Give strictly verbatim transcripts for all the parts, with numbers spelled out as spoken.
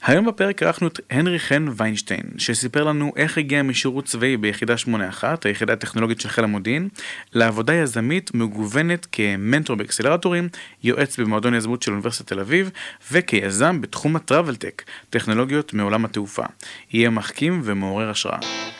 היום בפרק ערכנו את הנרי חן ויינשטיין, שסיפר לנו איך הגיע משירות צבאי ביחידה שמונה אחת, היחידה הטכנולוגית של חיל המודיעין, לעבודה יזמית מגוונת כמנטור באקסלרטורים, יועץ במועדון יזמות של אוניברסיטת תל אביב, וכיזם בתחום הטראבלטק, טכנולוגיות מעולם התעופה. יהיה מחכים ומעורר השראה.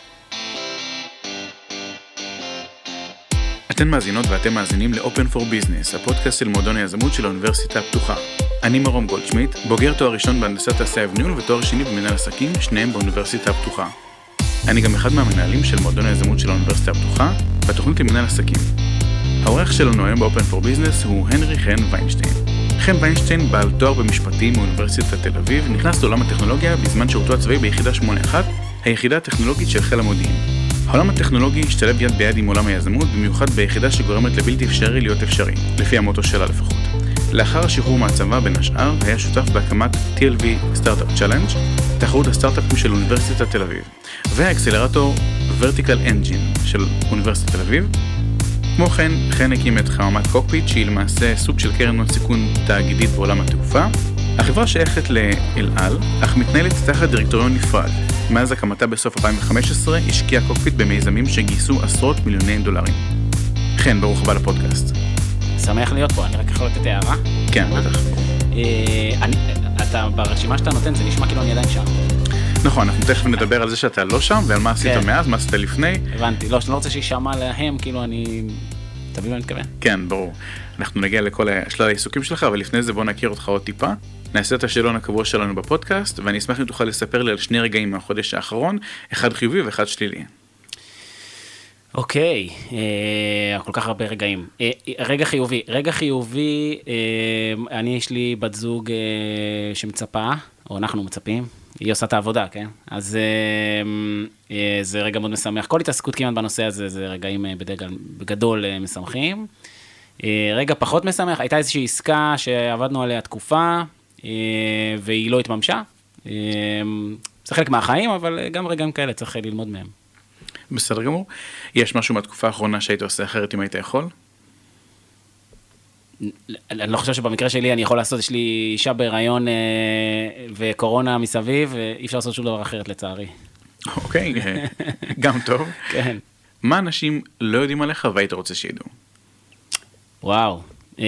אתן מאזינות ואתם מאזינים ל-Open for Business, הפודקאסט של מועדון היזמות של האוניברסיטה הפתוחה. אני מרום גולדשמיט, בוגר תואר ראשון בהנדסת תעשייה וניהול ותואר שני במנהל עסקים, שניהם באוניברסיטה הפתוחה. אני גם אחד מהמנהלים של מועדון היזמות של האוניברסיטה הפתוחה, בתוכנית למנהל עסקים. העורך שלנו היום ב-Open for Business הוא הנרי חן ויינשטיין. חן ויינשטיין, בעל תואר במשפטים מאוניברסיטת תל אביב, נכנס לעולם הטכנולוגיה בזמן שירותו הצבאי ביחידה שמונה אחת, היחידה הטכנולוגית של חיל המודיעין. העולם הטכנולוגי השתלב יד ביד עם עולם היזמות, במיוחד ביחידה שגורמת לבלתי אפשרי להיות אפשרי, לפי המוטו שלה לפחות. לאחר השחרור מהצבא, בין השאר, היה שותף בהקמת טי אל וי Startup Challenge, תחרות הסטארט-אפים של אוניברסיטת תל אביב, והאקסלרטור Vertical Engine של אוניברסיטת תל אביב. כמו כן, חן הקים את חממת קוקפיט, שהיא למעשה סוג של קרן הון סיכון תאגידית בעולם התעופה. החברה שייכת לאל על, אך מתנהלת תחת דירקטוריון נפרד. מאז הקמתה בסוף אלפיים וחמש עשרה, השקיעה קוקפיט במיזמים שגייסו עשרות מיליוני דולרים. חן, ברוך הבא לפודקאסט. שמח להיות פה, אני רק יכול לתת הערה. כן, בטח. אתה, ברשימה שאתה נותן, זה נשמע כאילו אני עדיין שם. נכון, אנחנו תכף נדבר על זה שאתה לא שם, ועל מה עשית מאז, מה עשית לפני. הבנתי, לא, שאני לא רוצה שישמע להם, כאילו אני... תבין מה אני מתכוון. כן, ברור. אנחנו נגיע לכל שלל העיסוקים שלך, אבל לפני זה בוא נכיר אותך עוד טיפה. נעשה את השאלון הקבוע שלנו בפודקאסט, ואני אשמח אם תוכל לספר לי על שני רגעים מהחודש האחרון, אחד חיובי ואחד שלילי. אוקיי, כל כך הרבה רגעים. רגע חיובי, רגע חיובי, אני יש לי בת זוג שמצפה, או אנחנו מצפים, היא עושה את העבודה, כן? אז זה רגע מאוד משמח. כל התעסקות כמעט בנושא הזה, זה רגעים בגדול משמחים. רגע פחות משמח, הייתה איזושהי עסקה שעבדנו עליה תקופה, והיא לא התממשה. זה חלק מהחיים, אבל גם רגעים כאלה צריך ללמוד מהם. בסדר גמור. יש משהו מהתקופה האחרונה שהיית עושה אחרת אם היית יכול? אני לא חושב שבמקרה שלי אני יכול לעשות, יש לי אישה בהיריון וקורונה מסביב, ואי אפשר לעשות שום דבר אחרת לצערי. אוקיי, גם טוב. כן. מה אנשים לא יודעים עליך והיית רוצה שידעו? וואו.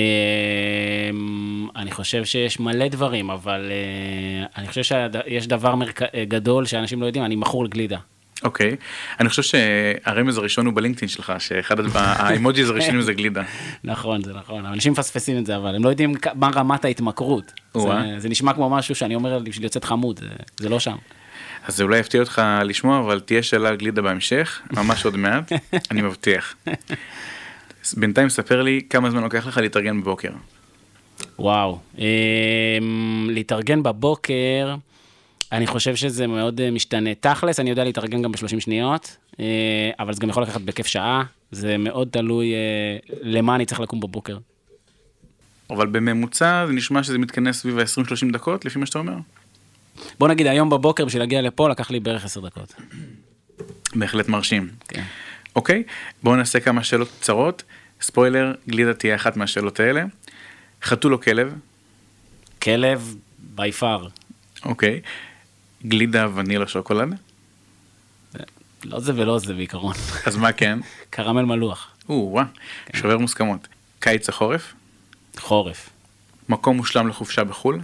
אני חושב שיש מלא דברים, אבל אני חושב שיש דבר גדול שאנשים לא יודעים, אני מכור לגלידה. אוקיי, אני חושב שהרמז הראשון הוא בלינקדאין שלך, שאחד האימוג'יז הראשונים זה גלידה. נכון, זה נכון, אנשים מפספסים את זה, אבל הם לא יודעים מה רמת ההתמכרות. זה נשמע כמו משהו שאני אומר בשביל יוצאת חמוד, זה לא שם. אז זה אולי יפתיע אותך לשמוע, אבל תהיה שאלה על גלידה בהמשך, ממש עוד מעט, אני מבטיח. בינתיים ספר לי כמה זמן לוקח לך להתארגן בבוקר. וואו, להתארגן בבוקר... אני חושב שזה מאוד משתנה. תכלס, אני יודע להתארגן גם ב-שלושים שניות, אבל זה גם יכול לקחת בכיף שעה, זה מאוד תלוי למה אני צריך לקום בבוקר. אבל בממוצע זה נשמע שזה מתכנס סביב ה-עשרים שלושים דקות, לפי מה שאתה אומר? בוא נגיד, היום בבוקר בשביל להגיע לפה, לקח לי בערך עשר דקות. בהחלט מרשים. כן. אוקיי, בואו נעשה כמה שאלות קצרות. ספוילר, גלידה תהיה אחת מהשאלות האלה. חתול או כלב? כלב, by far. אוקיי. גלידה, ונילה, שוקולד? לא זה ולא זה בעיקרון. אז מה כן? קרמל מלוח. או, וואה, שובר מוסכמות. קיץ או חורף? חורף. מקום מושלם לחופשה בחול?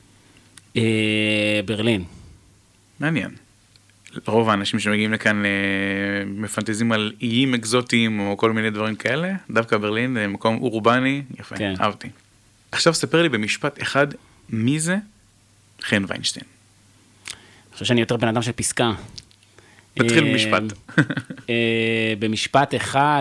ברלין. מעניין. רוב האנשים שמגיעים לכאן מפנטזים על איים אקזוטיים או כל מיני דברים כאלה, דווקא ברלין זה מקום אורבני, יפה, אהבתי. עכשיו ספר לי במשפט אחד, מי זה חן ויינשטיין? אני חושב שאני יותר בן אדם של פסקה. נתחיל במשפט. במשפט אחד,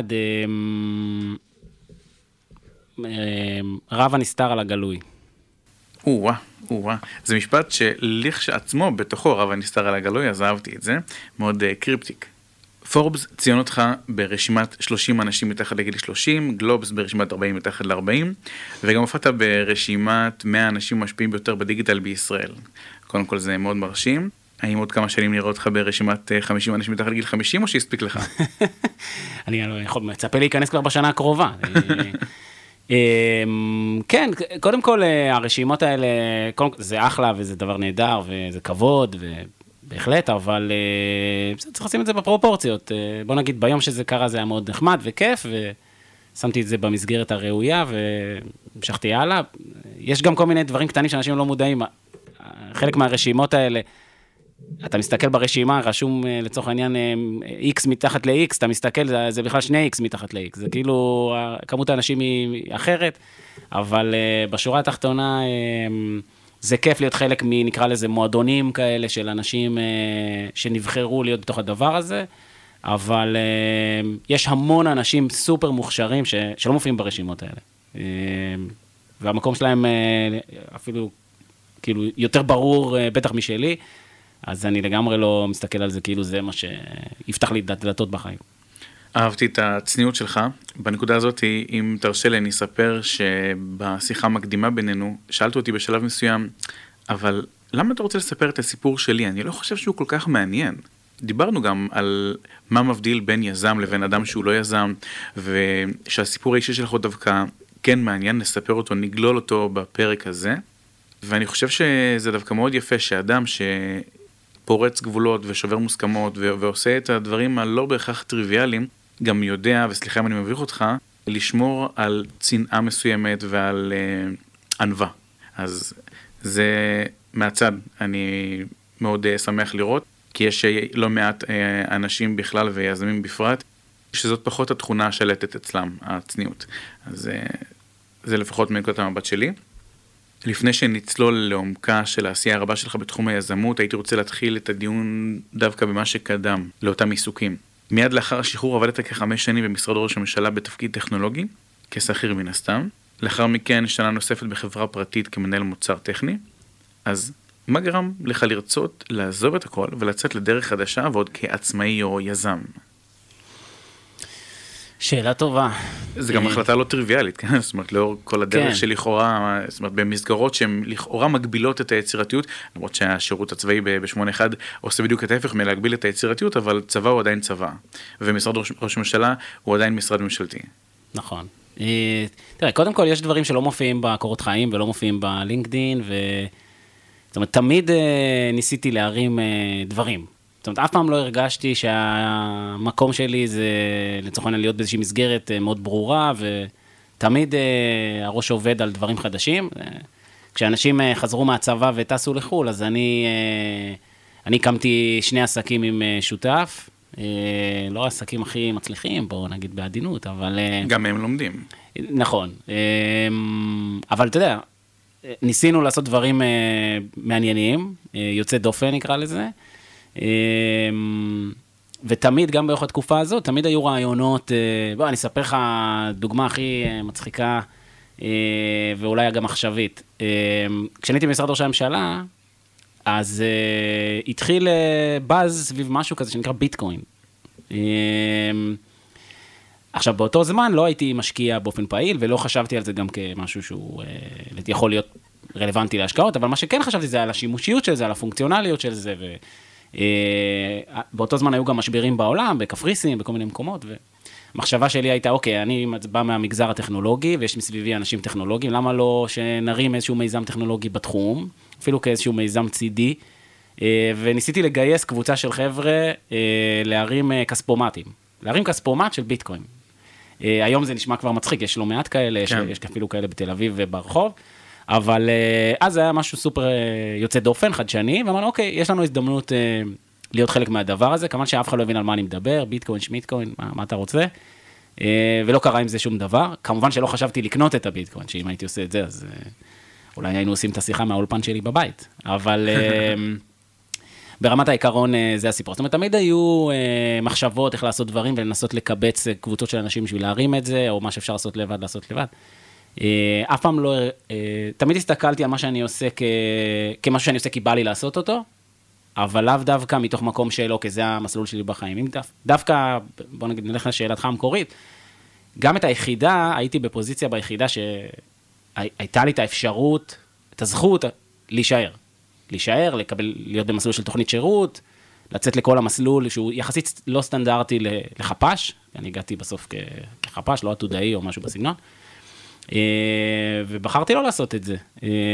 רב הנסתר על הגלוי. או-אה, או-אה. זה משפט שלכשעצמו בתוכו רב הנסתר על הגלוי, אז אהבתי את זה, מאוד קריפטיק. פורבס ציין אותך ברשימת שלושים אנשים מתחת לגיל שלושים, גלובס ברשימת ארבעים מתחת ל-ארבעים, וגם הופעת ברשימת מאה אנשים משפיעים ביותר בדיגיטל בישראל. קודם כל זה מאוד מרשים. האם עוד כמה שנים נראה אותך ברשימת חמישים אנשים מתחת לגיל חמישים, או שיספיק לך? אני מצפה להיכנס כבר בשנה הקרובה. כן, קודם כל, הרשימות האלה, זה אחלה וזה דבר נהדר וזה כבוד ובהחלט, אבל צריך לשים את זה בפרופורציות. בוא נגיד, ביום שזה קרה זה היה מאוד נחמד וכיף, ושמתי את זה במסגרת הראויה והמשכתי הלאה. יש גם כל מיני דברים קטנים שאנשים לא מודעים. חלק מהרשימות האלה, אתה מסתכל ברשימה, רשום לצורך העניין X מתחת ל-X, אתה מסתכל, זה, זה בכלל שני X מתחת ל-X, זה כאילו, כמות האנשים היא אחרת, אבל בשורה התחתונה, זה כיף להיות חלק מנקרא לזה מועדונים כאלה, של אנשים שנבחרו להיות בתוך הדבר הזה, אבל יש המון אנשים סופר מוכשרים, ש, שלא מופיעים ברשימות האלה, והמקום שלהם אפילו, כאילו, יותר ברור, בטח משלי, אז אני לגמרי לא מסתכל על זה, כאילו זה מה שיפתח לי דלתות בחיים. אהבתי את הצניעות שלך. בנקודה הזאת, אם תרשה לי, אני אספר שבשיחה המקדימה בינינו, שאלת אותי בשלב מסוים, אבל למה אתה רוצה לספר את הסיפור שלי? אני לא חושב שהוא כל כך מעניין. דיברנו גם על מה מבדיל בין יזם לבין אדם שהוא לא יזם, ושהסיפור האישי שלך הוא דווקא כן מעניין, נספר אותו, נגלול אותו בפרק הזה, ואני חושב שזה דווקא מאוד יפה שאדם ש... פורץ גבולות ושובר מוסכמות ועושה את הדברים הלא בהכרח טריוויאליים, גם יודע, וסליחה אם אני מביך אותך, לשמור על צנעה מסוימת ועל uh, ענווה. אז זה מהצד, אני מאוד uh, שמח לראות, כי יש לא מעט uh, אנשים בכלל ויזמים בפרט, שזאת פחות התכונה השלטת אצלם, הצניעות. אז uh, זה לפחות מנקודת המבט שלי. לפני שנצלול לעומקה של העשייה הרבה שלך בתחום היזמות, הייתי רוצה להתחיל את הדיון דווקא במה שקדם לאותם עיסוקים. מיד לאחר השחרור עבדת כחמש שנים במשרד ראש הממשלה בתפקיד טכנולוגי, כשכיר מן הסתם. לאחר מכן שנה נוספת בחברה פרטית כמנהל מוצר טכני. אז מה גרם לך לרצות לעזוב את הכל ולצאת לדרך חדשה ועוד כעצמאי או יזם? שאלה טובה. זה גם החלטה לא טריוויאלית, כן? זאת אומרת, לאור כל הדרך של לכאורה, זאת אומרת, במסגרות שהן לכאורה מגבילות את היצירתיות, למרות שהשירות הצבאי ב-שמונה אחד עושה בדיוק את ההפך מלהגביל את היצירתיות, אבל צבא הוא עדיין צבא, ומשרד ראש הממשלה הוא עדיין משרד ממשלתי. נכון. תראה, קודם כל יש דברים שלא מופיעים בקורות חיים ולא מופיעים בלינקדין, ו... זאת אומרת, תמיד ניסיתי להרים דברים. זאת אומרת, אף פעם לא הרגשתי שהמקום שלי זה לצורך העניין להיות באיזושהי מסגרת מאוד ברורה, ותמיד הראש עובד על דברים חדשים. כשאנשים חזרו מהצבא וטסו לחול, אז אני, אני הקמתי שני עסקים עם שותף, לא העסקים הכי מצליחים, בואו נגיד בעדינות, אבל... גם הם לומדים. נכון. אבל אתה יודע, ניסינו לעשות דברים מעניינים, יוצא דופן נקרא לזה, ותמיד, גם באורך התקופה הזאת, תמיד היו רעיונות, בוא, אני אספר לך דוגמה הכי מצחיקה, ואולי גם עכשווית. כשאני הייתי במשרד ראש הממשלה, אז התחיל באז סביב משהו כזה שנקרא ביטקוין. עכשיו, באותו זמן לא הייתי משקיע באופן פעיל, ולא חשבתי על זה גם כמשהו שהוא יכול להיות רלוונטי להשקעות, אבל מה שכן חשבתי זה על השימושיות של זה, על הפונקציונליות של זה, ו... באותו זמן היו גם משברים בעולם, בקפריסין, בכל מיני מקומות, והמחשבה שלי הייתה, אוקיי, אני בא מהמגזר הטכנולוגי, ויש מסביבי אנשים טכנולוגיים, למה לא שנרים איזשהו מיזם טכנולוגי בתחום, אפילו כאיזשהו מיזם צידי, וניסיתי לגייס קבוצה של חבר'ה להרים כספומטים, להרים כספומט של ביטקוין. היום זה נשמע כבר מצחיק, יש לא מעט כאלה, יש, יש אפילו כאלה בתל אביב וברחוב, אבל אז זה היה משהו סופר יוצא דופן, חדשני, ואמרנו, אוקיי, יש לנו הזדמנות להיות חלק מהדבר הזה, כמובן שאף אחד לא הבין על מה אני מדבר, ביטקוין, שמיטקוין, מה, מה אתה רוצה, ולא קרה עם זה שום דבר. כמובן שלא חשבתי לקנות את הביטקוין, שאם הייתי עושה את זה, אז אולי היינו עושים את השיחה מהאולפן שלי בבית, אבל ברמת העיקרון זה הסיפור. זאת אומרת, תמיד היו מחשבות איך לעשות דברים, ולנסות לקבץ קבוצות של אנשים בשביל להרים את זה, או מה שאפשר לעשות לבד, לעשות לבד. אף פעם לא, תמיד הסתכלתי על מה שאני עושה כמשהו שאני עושה כי בא לי לעשות אותו, אבל לאו דווקא מתוך מקום של, אוקיי, זה המסלול שלי בחיים. דווקא, בוא נגיד, נלך לשאלתך המקורית, גם את היחידה, הייתי בפוזיציה ביחידה שהייתה לי את האפשרות, את הזכות להישאר. להישאר, לקבל, להיות במסלול של תוכנית שירות, לצאת לכל המסלול שהוא יחסית לא סטנדרטי לחפש, אני הגעתי בסוף כחפש, לא עתודאי או משהו בסגנון, ובחרתי לא לעשות את זה.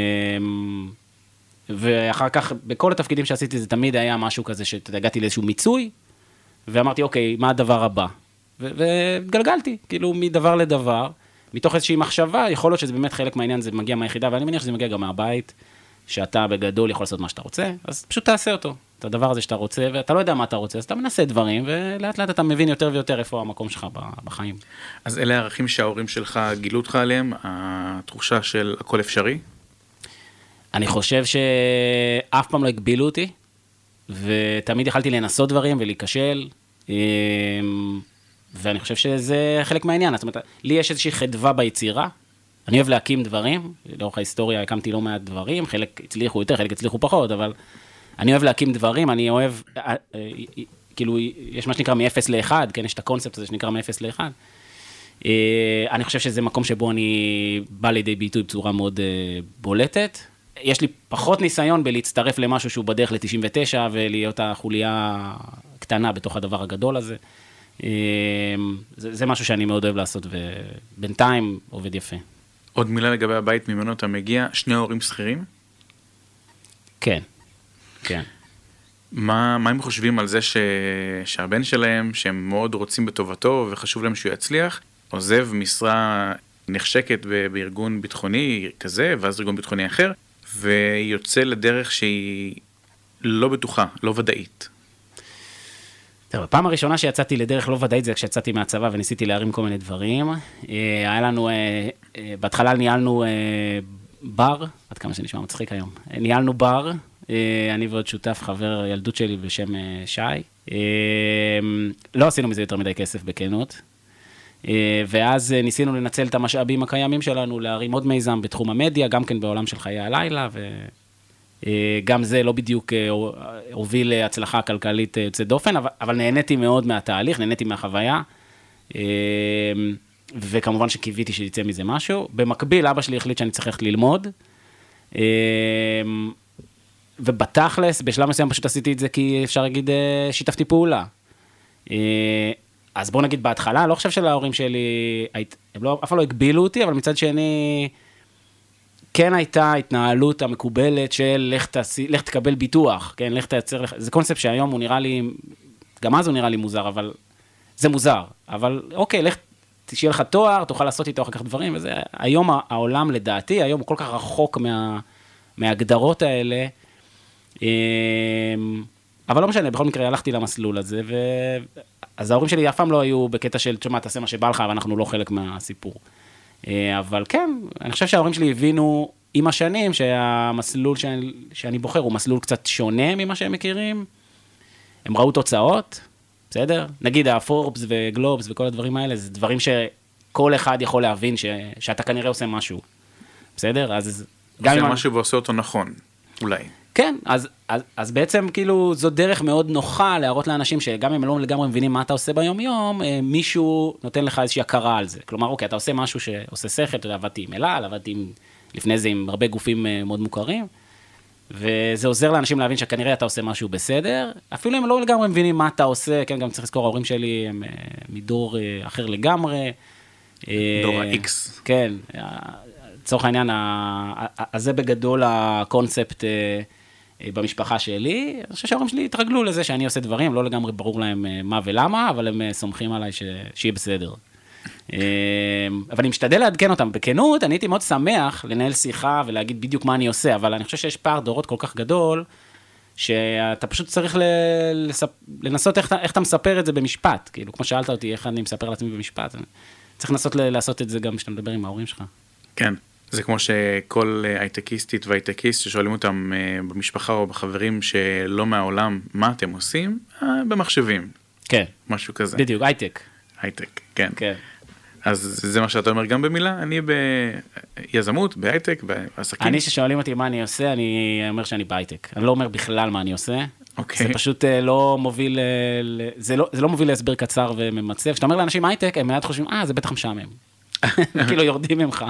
ואחר כך, בכל התפקידים שעשיתי, זה תמיד היה משהו כזה, שהגעתי לאיזשהו מיצוי, ואמרתי, אוקיי, מה הדבר הבא? וגלגלתי, כאילו, מדבר לדבר, מתוך איזושהי מחשבה, יכול להיות שזה באמת חלק מהעניין, זה מגיע מהיחידה, ואני מניח שזה מגיע גם מהבית, שאתה בגדול יכול לעשות מה שאתה רוצה, אז פשוט תעשה אותו, את הדבר הזה שאתה רוצה, ואתה לא יודע מה אתה רוצה, אז אתה מנסה דברים, ולאט לאט אתה מבין יותר ויותר איפה המקום שלך בחיים. אז אלה הערכים שההורים שלך גילו אותך עליהם, התחושה של הכל אפשרי? אני חושב שאף פעם לא הגבילו אותי, ותמיד יכלתי לנסות דברים ולהיכשל, ואני חושב שזה חלק מהעניין. זאת אומרת, לי יש איזושהי חדווה ביצירה, אני אוהב להקים דברים, לאורך ההיסטוריה הקמתי לא מעט דברים, חלק הצליחו יותר, חלק הצליחו פחות, אבל אני אוהב להקים דברים, אני אוהב, כאילו, יש מה שנקרא מ-אפס ל-אחד, כן, יש את הקונספט הזה שנקרא מ-אפס ל-אחד. אני חושב שזה מקום שבו אני בא לידי ביטוי בצורה מאוד בולטת. יש לי פחות ניסיון בלהצטרף למשהו שהוא בדרך ל-תשעים ותשע, ולהיות החוליה קטנה בתוך הדבר הגדול הזה. זה, זה משהו שאני מאוד אוהב לעשות, ובינתיים עובד יפה. עוד מילה לגבי הבית ממנו אתה מגיע, שני הורים שכירים? כן, כן. מה, מה הם חושבים על זה ש, שהבן שלהם, שהם מאוד רוצים בטובתו, וחשוב להם שהוא יצליח, עוזב משרה נחשקת בארגון ביטחוני כזה, ואז ארגון ביטחוני אחר, ויוצא לדרך שהיא לא בטוחה, לא ודאית. טוב, הפעם הראשונה שיצאתי לדרך לא ודאית זה כשיצאתי מהצבא וניסיתי להרים כל מיני דברים. היה לנו, בהתחלה ניהלנו בר, עד כמה שנשמע מצחיק היום, ניהלנו בר, אני ועוד שותף חבר ילדות שלי בשם שי. לא עשינו מזה יותר מדי כסף בכנות. ואז ניסינו לנצל את המשאבים הקיימים שלנו, להרים עוד מיזם בתחום המדיה, גם כן בעולם של חיי הלילה, וגם זה לא בדיוק הוביל להצלחה כלכלית יוצאת דופן, אבל נהניתי מאוד מהתהליך, נהניתי מהחוויה, וכמובן שקיוויתי שיצא מזה משהו. במקביל, אבא שלי החליט שאני צריך ללכת ללמוד, ובתכלס, בשלב מסוים פשוט עשיתי את זה, כי אפשר להגיד, שיתפתי פעולה. אז בוא נגיד בהתחלה, לא חושב שלהורים שלי, הם לא, אף פעם לא הגבילו אותי, אבל מצד שני, כן הייתה התנהלות המקובלת של לך, תעשי, לך תקבל ביטוח, כן, לך תייצר, זה קונספט שהיום הוא נראה לי, גם אז הוא נראה לי מוזר, אבל זה מוזר, אבל אוקיי, לך, שיהיה לך תואר, תוכל לעשות איתו אחר כך דברים, וזה, היום העולם לדעתי, היום הוא כל כך רחוק מה, מההגדרות האלה, אבל לא משנה, בכל מקרה הלכתי למסלול הזה, ו... אז ההורים שלי אף פעם לא היו בקטע של, תשמע, תעשה מה שבא לך, ואנחנו לא חלק מהסיפור. אבל כן, אני חושב שההורים שלי הבינו עם השנים, שהמסלול שאני, שאני בוחר הוא מסלול קצת שונה ממה שהם מכירים. הם ראו תוצאות, בסדר? נגיד הפורבס וגלובס וכל הדברים האלה, זה דברים שכל אחד יכול להבין ש... שאתה כנראה עושה משהו. בסדר? אז... עושה משהו ועושה אותו נכון, אולי. כן, אז, אז, אז בעצם כאילו זו דרך מאוד נוחה להראות לאנשים שגם אם הם לא לגמרי מבינים מה אתה עושה ביום יום, מישהו נותן לך איזושהי הכרה על זה. כלומר, אוקיי, אתה עושה משהו שעושה שכל, אתה יודע, עבדתי עם אלעל, עבדתי עם, לפני זה עם הרבה גופים מאוד מוכרים, וזה עוזר לאנשים להבין שכנראה אתה עושה משהו בסדר, אפילו הם לא לגמרי מבינים מה אתה עושה, כן, גם צריך לזכור, ההורים שלי הם מדור אחר לגמרי. דור ה-X. כן, לצורך העניין, אז זה בגדול הקונספט במשפחה שלי. אני חושב שההורים שלי התרגלו לזה שאני עושה דברים, לא לגמרי ברור להם מה ולמה, אבל הם סומכים עליי ש... שיהיה בסדר. אבל אני משתדל לעדכן אותם בכנות, אני הייתי מאוד שמח לנהל שיחה ולהגיד בדיוק מה אני עושה, אבל אני חושב שיש פער דורות כל כך גדול, שאתה פשוט צריך לספ... לנסות איך, איך אתה מספר את זה במשפט, כאילו, כמו שאלת אותי, איך אני מספר לעצמי במשפט, צריך לנסות לעשות את זה גם כשאתה מדבר עם ההורים שלך. כן. זה כמו שכל הייטקיסטית והייטקיסט ששואלים אותם במשפחה או בחברים שלא מהעולם, מה אתם עושים? במחשבים. כן. משהו כזה. בדיוק, הייטק. הייטק, כן. כן. אז זה מה שאתה אומר גם במילה, אני ביזמות, בהייטק, בעסקים. אני ששואלים אותי מה אני עושה, אני אומר שאני בהייטק. אני לא אומר בכלל מה אני עושה. אוקיי. זה פשוט לא מוביל, זה לא, זה לא מוביל להסבר קצר וממצב. כשאתה אומר לאנשים הייטק, הם מיד חושבים, אה, זה בטח משעמם. כאילו יורדים ממך.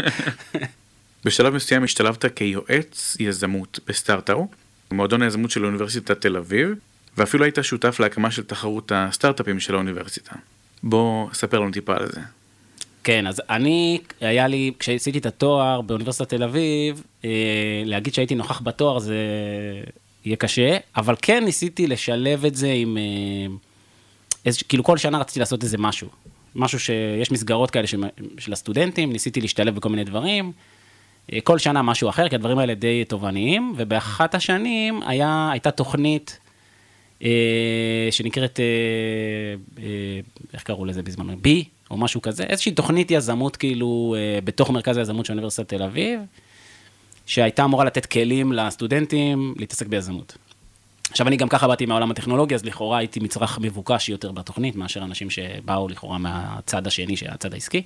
בשלב מסוים השתלבת כיועץ יזמות בסטארט-אפ, במועדון היזמות של אוניברסיטת תל אביב, ואפילו היית שותף להקמה של תחרות הסטארט-אפים של האוניברסיטה. בוא ספר לנו טיפה על זה. כן, אז אני, היה לי, כשעשיתי את התואר באוניברסיטת תל אביב, להגיד שהייתי נוכח בתואר זה יהיה קשה, אבל כן ניסיתי לשלב את זה עם, איז, כאילו כל שנה רציתי לעשות איזה משהו, משהו שיש מסגרות כאלה של, של הסטודנטים, ניסיתי להשתלב בכל מיני דברים, כל שנה משהו אחר, כי הדברים האלה די תובעניים, ובאחת השנים היה, הייתה תוכנית, שנקראת, איך קראו לזה בזמן, בי, או משהו כזה, איזושהי תוכנית יזמות כאילו, בתוך מרכז היזמות של אוניברסיטת תל אביב, שהייתה אמורה לתת כלים לסטודנטים להתעסק ביזמות. עכשיו אני גם ככה באתי מהעולם הטכנולוגי, אז לכאורה הייתי מצרך מבוקש יותר בתוכנית, מאשר אנשים שבאו לכאורה מהצד השני, שהצד העסקי.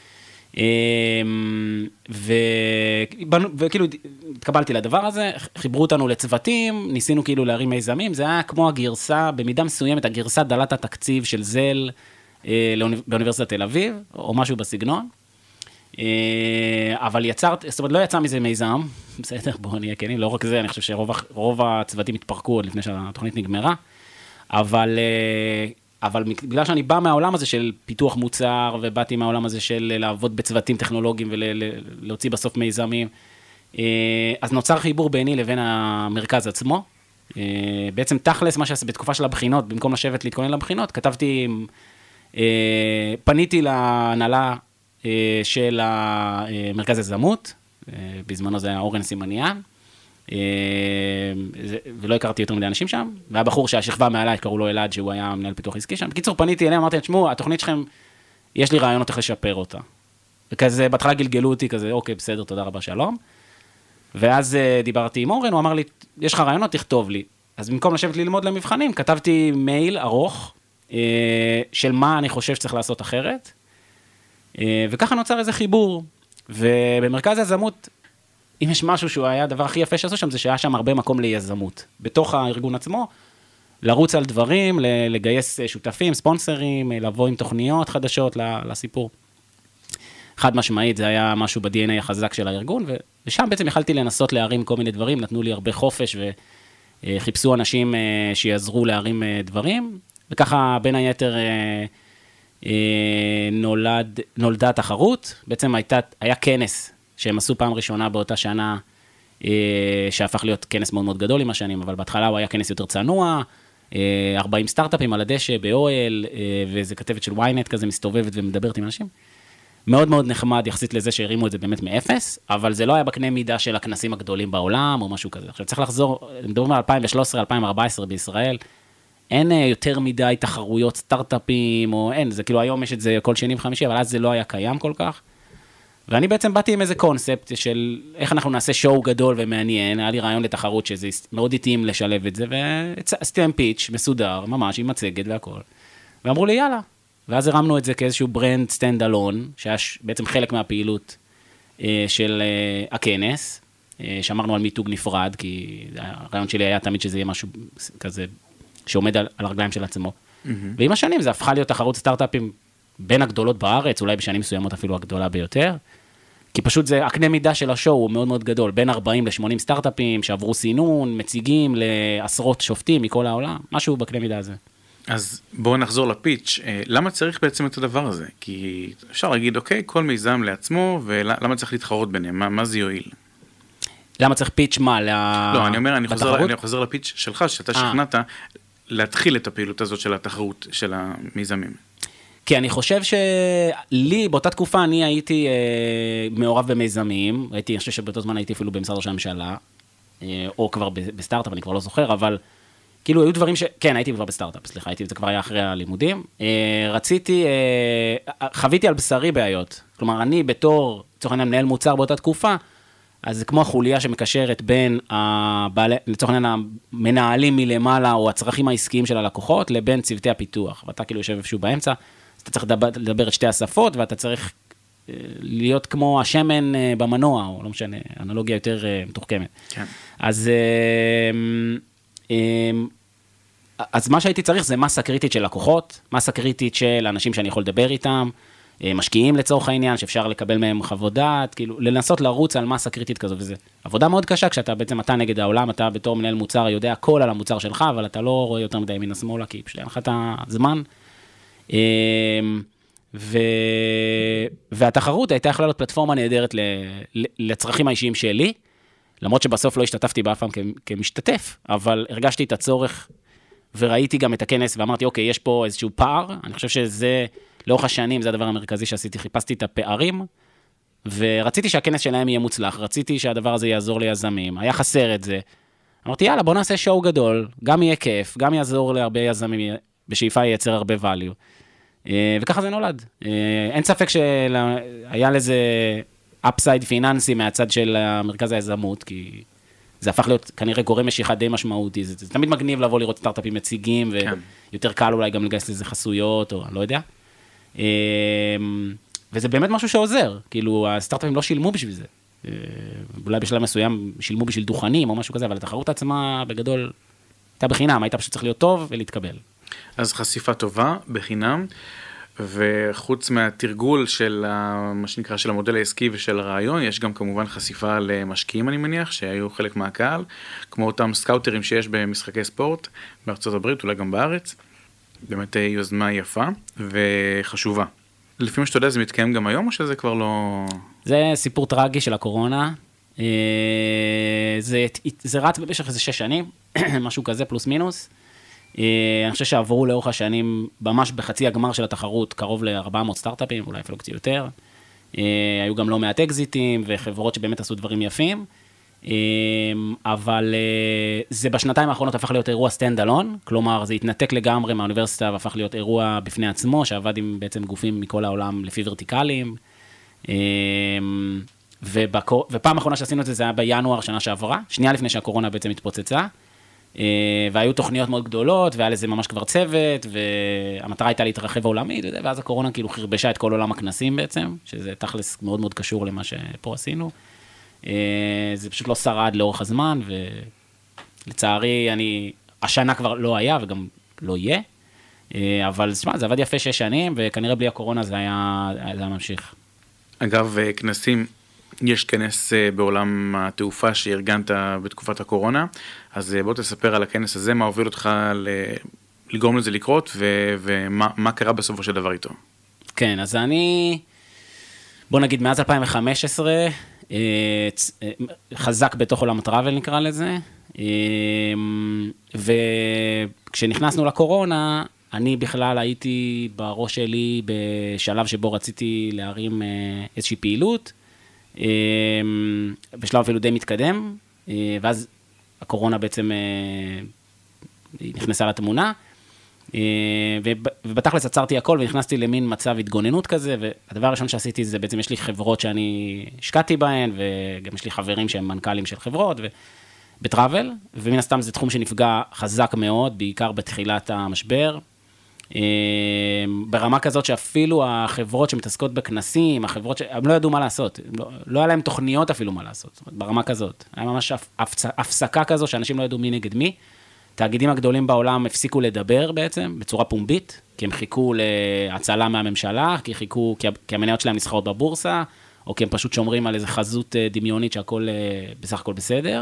וכאילו התקבלתי לדבר הזה, חיברו אותנו לצוותים, ניסינו כאילו להרים מיזמים, זה היה כמו הגרסה, במידה מסוימת, הגרסה דלת התקציב של זל באוניברסיטת תל אביב, או משהו בסגנון, אבל יצרת, זאת אומרת, לא יצא מזה מיזם, בסדר, בואו נהיה כנים, לא רק זה, אני חושב שרוב הצוותים התפרקו עוד לפני שהתוכנית נגמרה, אבל... אבל בגלל שאני בא מהעולם הזה של פיתוח מוצר, ובאתי מהעולם הזה של לעבוד בצוותים טכנולוגיים, ולהוציא בסוף מיזמים, אז נוצר חיבור ביני לבין המרכז עצמו. בעצם תכלס, מה שעשה בתקופה של הבחינות, במקום לשבת להתכונן לבחינות, כתבתי, פניתי להנהלה של המרכז היזמות, בזמנו זה היה אורן סימניאן, ולא הכרתי יותר מדי אנשים שם, והיה בחור שהשכבה מעליי, קראו לו אלעד, שהוא היה מנהל פיתוח עסקי שם. בקיצור, פניתי אליהם, אמרתי, תשמעו, התוכנית שלכם, יש לי רעיונות איך לשפר אותה. וכזה, בהתחלה גלגלו אותי, כזה, אוקיי, בסדר, תודה רבה, שלום. ואז דיברתי עם אורן, הוא אמר לי, יש לך רעיונות, תכתוב לי. אז במקום לשבת ללמוד למבחנים, כתבתי מייל ארוך, של מה אני חושב שצריך לעשות אחרת, וככה נוצר איזה חיבור. ובמרכז היזמות, אם יש משהו שהוא היה הדבר הכי יפה שעשו שם, זה שהיה שם הרבה מקום ליזמות. בתוך הארגון עצמו, לרוץ על דברים, לגייס שותפים, ספונסרים, לבוא עם תוכניות חדשות לסיפור. חד משמעית, זה היה משהו ב-די אן איי החזק של הארגון, ושם בעצם יכלתי לנסות להרים כל מיני דברים, נתנו לי הרבה חופש, וחיפשו אנשים שיעזרו להרים דברים, וככה בין היתר נולד, נולדה תחרות, בעצם הייתה, היה כנס, שהם עשו פעם ראשונה באותה שנה, שהפך להיות כנס מאוד מאוד גדול עם השנים, אבל בהתחלה הוא היה כנס יותר צנוע, ארבעים סטארט-אפים על הדשא, באוהל, ואיזה כתבת של וויינט כזה מסתובבת ומדברת עם אנשים. מאוד מאוד נחמד יחסית לזה שהרימו את זה באמת מאפס, אבל זה לא היה בקנה מידה של הכנסים הגדולים בעולם, או משהו כזה. עכשיו צריך לחזור, מדברים על אלפיים ושלוש עשרה אלפיים וארבע עשרה בישראל, אין יותר מדי תחרויות סטארט-אפים, או אין, זה כאילו היום יש את זה כל שני וחמישי, אבל אז זה לא היה קיים כל כך. ואני בעצם באתי עם איזה קונספט של איך אנחנו נעשה שואו גדול ומעניין, היה לי רעיון לתחרות שזה מאוד איטיים לשלב את זה, ועשיתי להם פיץ' מסודר, ממש עם מצגת והכל, ואמרו לי יאללה, ואז הרמנו את זה כאיזשהו ברנד סטנד אלון, שהיה בעצם חלק מהפעילות של הכנס, שאמרנו על מיתוג נפרד, כי הרעיון שלי היה תמיד שזה יהיה משהו כזה, שעומד על הרגליים של עצמו, ועם השנים זה הפכה להיות תחרות סטארט-אפים, בין הגדולות בארץ, אולי בשנים מסוימות אפילו הגדולה ביותר, כי פשוט זה, הקנה מידה של השואו הוא מאוד מאוד גדול, בין ארבעים לשמונים סטארט-אפים, שעברו סינון, מציגים לעשרות שופטים מכל העולם, משהו בקנה מידה הזה. אז בואו נחזור לפיץ', למה צריך בעצם את הדבר הזה? כי אפשר להגיד, אוקיי, כל מיזם לעצמו, ולמה צריך להתחרות ביניהם? מה, מה זה יועיל? למה צריך פיץ' מה? לא, אני אומר, אני חוזר, אני חוזר לפיץ' שלך, שאתה שכנעת להתחיל את הפעילות הזאת של התחרות, של המיזמים. כי אני חושב שלי, באותה תקופה, אני הייתי אה, מעורב במיזמים, הייתי, אני חושב שבאותו זמן הייתי אפילו במשרד ראש הממשלה, אה, או כבר בסטארט-אפ, אני כבר לא זוכר, אבל כאילו היו דברים ש... כן, הייתי כבר בסטארט-אפ, סליחה, הייתי, זה כבר היה אחרי הלימודים. אה, רציתי, אה, חוויתי על בשרי בעיות, כלומר, אני בתור, לצורך העניין, מנהל מוצר באותה תקופה, אז זה כמו החוליה שמקשרת בין, הבעלי, לצורך העניין, המנהלים מלמעלה, או הצרכים העסקיים של הלקוחות, לבין צוותי הפיתוח, ואתה כאילו יושב איפשהו באמצע, אתה צריך לדבר, לדבר את שתי השפות, ואתה צריך להיות כמו השמן במנוע, או לא משנה, אנלוגיה יותר מתוחכמת. כן. אז, אז מה שהייתי צריך זה מסה קריטית של לקוחות, מסה קריטית של אנשים שאני יכול לדבר איתם, משקיעים לצורך העניין, שאפשר לקבל מהם חוות דעת, כאילו, לנסות לרוץ על מסה קריטית כזו, וזה עבודה מאוד קשה, כשאתה בעצם, אתה נגד העולם, אתה בתור מנהל מוצר, יודע הכל על המוצר שלך, אבל אתה לא רואה יותר מדי מן השמאלה, כי פשוט אין לך את הזמן. ו... והתחרות הייתה יכולה להיות פלטפורמה נהדרת ל... לצרכים האישיים שלי, למרות שבסוף לא השתתפתי באף פעם כ... כמשתתף, אבל הרגשתי את הצורך, וראיתי גם את הכנס, ואמרתי, אוקיי, יש פה איזשהו פער, אני חושב שזה, לאורך השנים, זה הדבר המרכזי שעשיתי, חיפשתי את הפערים, ורציתי שהכנס שלהם יהיה מוצלח, רציתי שהדבר הזה יעזור ליזמים, היה חסר את זה. אמרתי, יאללה, בוא נעשה שואו גדול, גם יהיה כיף, גם יעזור להרבה יזמים, בשאיפה ייצר הרבה value. וככה זה נולד. אין ספק שהיה לזה אפסייד פיננסי מהצד של מרכז היזמות, כי זה הפך להיות כנראה גורם משיכה די משמעותי. זה, זה תמיד מגניב לבוא לראות סטארט-אפים מציגים, ויותר קל אולי גם לגייס לזה חסויות, או לא יודע. וזה באמת משהו שעוזר. כאילו, הסטארט-אפים לא שילמו בשביל זה. אולי בשלב מסוים שילמו בשביל דוכנים או משהו כזה, אבל התחרות עצמה בגדול הייתה בחינם, הייתה פשוט צריך להיות טוב ולהתקבל. אז חשיפה טובה, בחינם, וחוץ מהתרגול של מה שנקרא של המודל העסקי ושל הרעיון, יש גם כמובן חשיפה למשקיעים, אני מניח, שהיו חלק מהקהל, כמו אותם סקאוטרים שיש במשחקי ספורט, בארצות הברית, אולי גם בארץ. באמת יוזמה יפה וחשובה. לפי מה שאתה יודע, זה מתקיים גם היום, או שזה כבר לא... זה סיפור טרגי של הקורונה. זה, זה רץ במשך איזה שש שנים, משהו כזה, פלוס מינוס. אני חושב שעברו לאורך השנים, ממש בחצי הגמר של התחרות, קרוב ל-ארבע מאות סטארט-אפים, אולי אפילו קצת יותר. היו גם לא מעט אקזיטים, וחברות שבאמת עשו דברים יפים. אבל זה בשנתיים האחרונות הפך להיות אירוע סטנד-אלון, כלומר, זה התנתק לגמרי מהאוניברסיטה, והפך להיות אירוע בפני עצמו, שעבד עם בעצם גופים מכל העולם לפי ורטיקלים. ופעם האחרונה שעשינו את זה, זה היה בינואר שנה שעברה, שנייה לפני שהקורונה בעצם התפוצצה. והיו תוכניות מאוד גדולות, והיה לזה ממש כבר צוות, והמטרה הייתה להתרחב העולמית, ואז הקורונה כאילו חרבשה את כל עולם הכנסים בעצם, שזה תכלס מאוד מאוד קשור למה שפה עשינו. זה פשוט לא שרד לאורך הזמן, ולצערי אני, השנה כבר לא היה, וגם לא יהיה, אבל תשמע, זה עבד יפה שש שנים, וכנראה בלי הקורונה זה היה, זה היה ממשיך. אגב, כנסים, יש כנס בעולם התעופה שארגנת בתקופת הקורונה, אז בוא תספר על הכנס הזה, מה הוביל אותך לגרום לזה לקרות, ומה מה קרה בסופו של דבר איתו. כן, אז אני, בוא נגיד, מאז אלפיים וחמש עשרה, חזק בתוך עולם הטראבל נקרא לזה, וכשנכנסנו לקורונה, אני בכלל הייתי בראש שלי בשלב שבו רציתי להרים איזושהי פעילות, בשלב אפילו די מתקדם, ואז הקורונה בעצם נכנסה לתמונה, ובתכלס עצרתי הכל ונכנסתי למין מצב התגוננות כזה, והדבר הראשון שעשיתי זה בעצם יש לי חברות שאני השקעתי בהן, וגם יש לי חברים שהם מנכ"לים של חברות, בטראבל, ומן הסתם זה תחום שנפגע חזק מאוד, בעיקר בתחילת המשבר, ברמה כזאת שאפילו החברות שמתעסקות בכנסים, החברות שהם לא ידעו מה לעשות, לא, לא היה להם תוכניות אפילו מה לעשות, ברמה כזאת, היה ממש הפסקה כזו שאנשים לא ידעו מי נגד מי, תאגידים הגדולים בעולם הפסיקו לדבר בעצם, בצורה פומבית, כי הם חיכו להצלה מהממשלה, כי חיכו, כי המניות שלהם נסחרות בבורסה, או כי הם פשוט שומרים על איזו חזות דמיונית שהכל בסך הכל בסדר.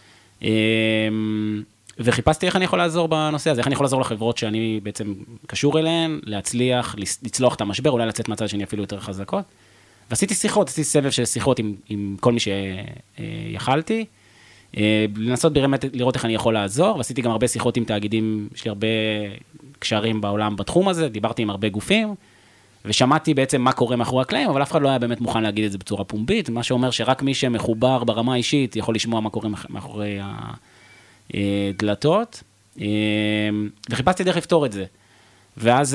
וחיפשתי איך אני יכול לעזור בנושא הזה, איך אני יכול לעזור לחברות שאני בעצם קשור אליהן, להצליח, לצלוח את המשבר, אולי לצאת מהצד שאני אפילו יותר חזקות. ועשיתי שיחות, עשיתי סבב של שיחות עם, עם כל מי שיכלתי, לנסות באמת לראות איך אני יכול לעזור, ועשיתי גם הרבה שיחות עם תאגידים, יש לי הרבה קשרים בעולם בתחום הזה, דיברתי עם הרבה גופים, ושמעתי בעצם מה קורה מאחורי הקלעים, אבל אף אחד לא היה באמת מוכן להגיד את זה בצורה פומבית, מה שאומר שרק מי שמחובר ברמה האישית יכול לשמוע מה קורה מאחורי הדלתות, וחיפשתי דרך לפתור את זה. ואז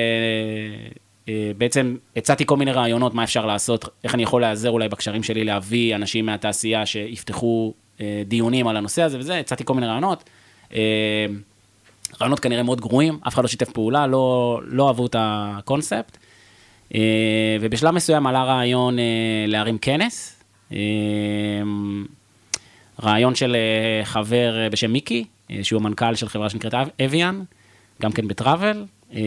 בעצם הצעתי כל מיני רעיונות מה אפשר לעשות, איך אני יכול לעזר אולי בקשרים שלי להביא אנשים מהתעשייה שיפתחו דיונים על הנושא הזה וזה, הצעתי כל מיני רעיונות, רעיונות כנראה מאוד גרועים, אף אחד לא שיתף פעולה, לא, לא אהבו את הקונספט, ובשלב מסוים עלה רעיון להרים כנס, רעיון של חבר בשם מיקי, שהוא המנכ"ל של חברה שנקראת אביאן, גם כן בטראבל,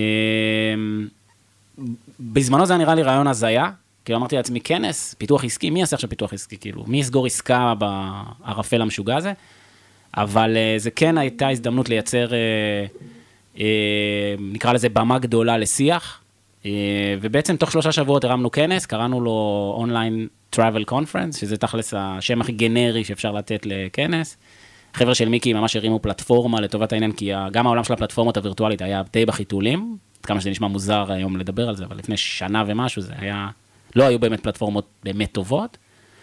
בזמנו זה נראה לי רעיון הזיה, כאילו אמרתי לעצמי, כנס, פיתוח עסקי, מי יעשה עכשיו פיתוח עסקי, כאילו, מי יסגור עסקה בערפל המשוגע הזה, אבל זה כן הייתה הזדמנות לייצר, נקרא לזה במה גדולה לשיח, ובעצם תוך שלושה שבועות הרמנו כנס, קראנו לו Online Travel Conference, שזה תכלס השם הכי גנרי שאפשר לתת לכנס. חבר'ה של מיקי ממש הרימו פלטפורמה לטובת העניין, כי גם העולם של הפלטפורמות הווירטואלית היה די בחיתולים, כמה שזה נשמע מוזר היום לדבר על זה, אבל לפני שנה ומשהו זה היה, לא היו באמת פלטפורמות באמת טובות.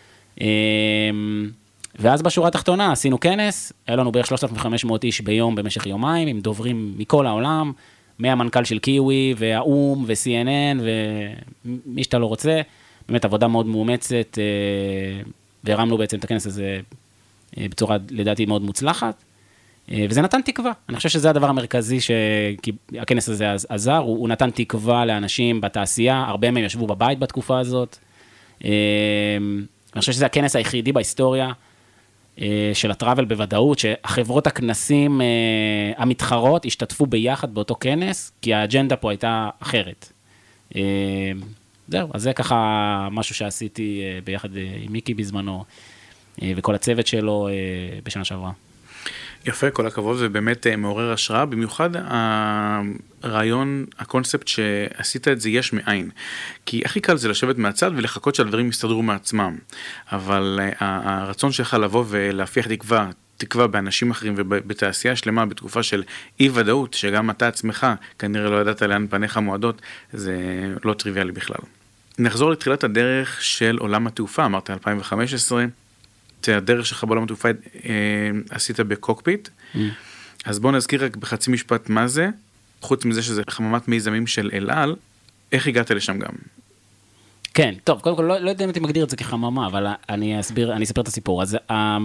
ואז בשורה התחתונה עשינו כנס, היה לנו בערך שלושת אלפים וחמש מאות איש ביום במשך יומיים, עם דוברים מכל העולם, מהמנכ"ל של קיווי, והאום, ו-סי אן אן, ומי שאתה לא רוצה, באמת עבודה מאוד מאומצת, והרמנו בעצם את הכנס הזה בצורה, לדעתי, מאוד מוצלחת, וזה נתן תקווה. אני חושב שזה הדבר המרכזי שהכנס הזה עזר, הוא, הוא נתן תקווה לאנשים בתעשייה, הרבה מהם ישבו בבית בתקופה הזאת, אני חושב שזה הכנס היחידי בהיסטוריה, של הטראבל בוודאות, שהחברות הכנסים המתחרות השתתפו ביחד באותו כנס, כי האג'נדה פה הייתה אחרת. זהו, אז זה ככה משהו שעשיתי ביחד עם מיקי בזמנו, וכל הצוות שלו בשנה שעברה. יפה, כל הכבוד, ובאמת מעורר השראה, במיוחד הרעיון, הקונספט שעשית את זה יש מאין. כי הכי קל זה לשבת מהצד ולחכות שהדברים יסתדרו מעצמם. אבל הרצון שלך לבוא ולהפיח תקווה, תקווה באנשים אחרים ובתעשייה שלמה, בתקופה של אי ודאות, שגם אתה עצמך כנראה לא ידעת לאן פניך מועדות, זה לא טריוויאלי בכלל. נחזור לתחילת הדרך של עולם התעופה, אמרת אלפיים וחמש עשרה, הדרך שלך בעולם התעופה עשית בקוקפיט, אז בוא נזכיר רק בחצי משפט מה זה, חוץ מזה שזה חממת מיזמים של אל על, איך הגעת לשם גם? כן, טוב, קודם כל, לא, לא יודע אם אתה מגדיר את זה כחממה, אבל אני אסביר, אני אספר את הסיפור. אז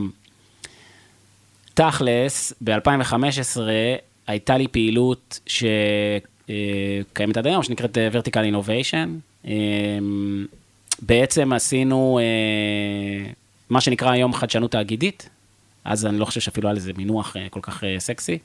תכלס, ב-אלפיים וחמש עשרה הייתה לי פעילות שקיימת עד היום, שנקראת Vertical Innovation. בעצם עשינו מה שנקרא היום חדשנות תאגידית, אז אני לא חושב שאפילו היה לזה מינוח כל כך סקסי.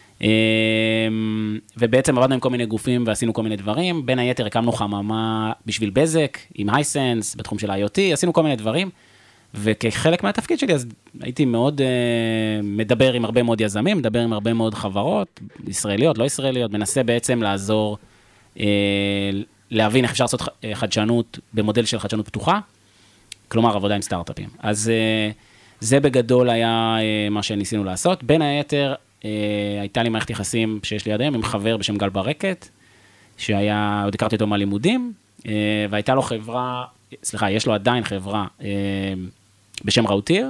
ובעצם עבדנו עם כל מיני גופים ועשינו כל מיני דברים, בין היתר הקמנו חממה בשביל בזק, עם הייסנס, בתחום של איי או טי, עשינו כל מיני דברים, וכחלק מהתפקיד שלי, אז הייתי מאוד מדבר עם הרבה מאוד יזמים, מדבר עם הרבה מאוד חברות, ישראליות, לא ישראליות, מנסה בעצם לעזור, להבין איך אפשר לעשות חדשנות במודל של חדשנות פתוחה, כלומר עבודה עם סטארט-אפים. אז זה בגדול היה מה שניסינו לעשות. בין היתר, הייתה לי מערכת יחסים שיש לי עד היום עם חבר בשם גל ברקת, שהיה, עוד הכרתי אותו מהלימודים, והייתה לו חברה, סליחה, יש לו עדיין חברה בשם ראוטיר,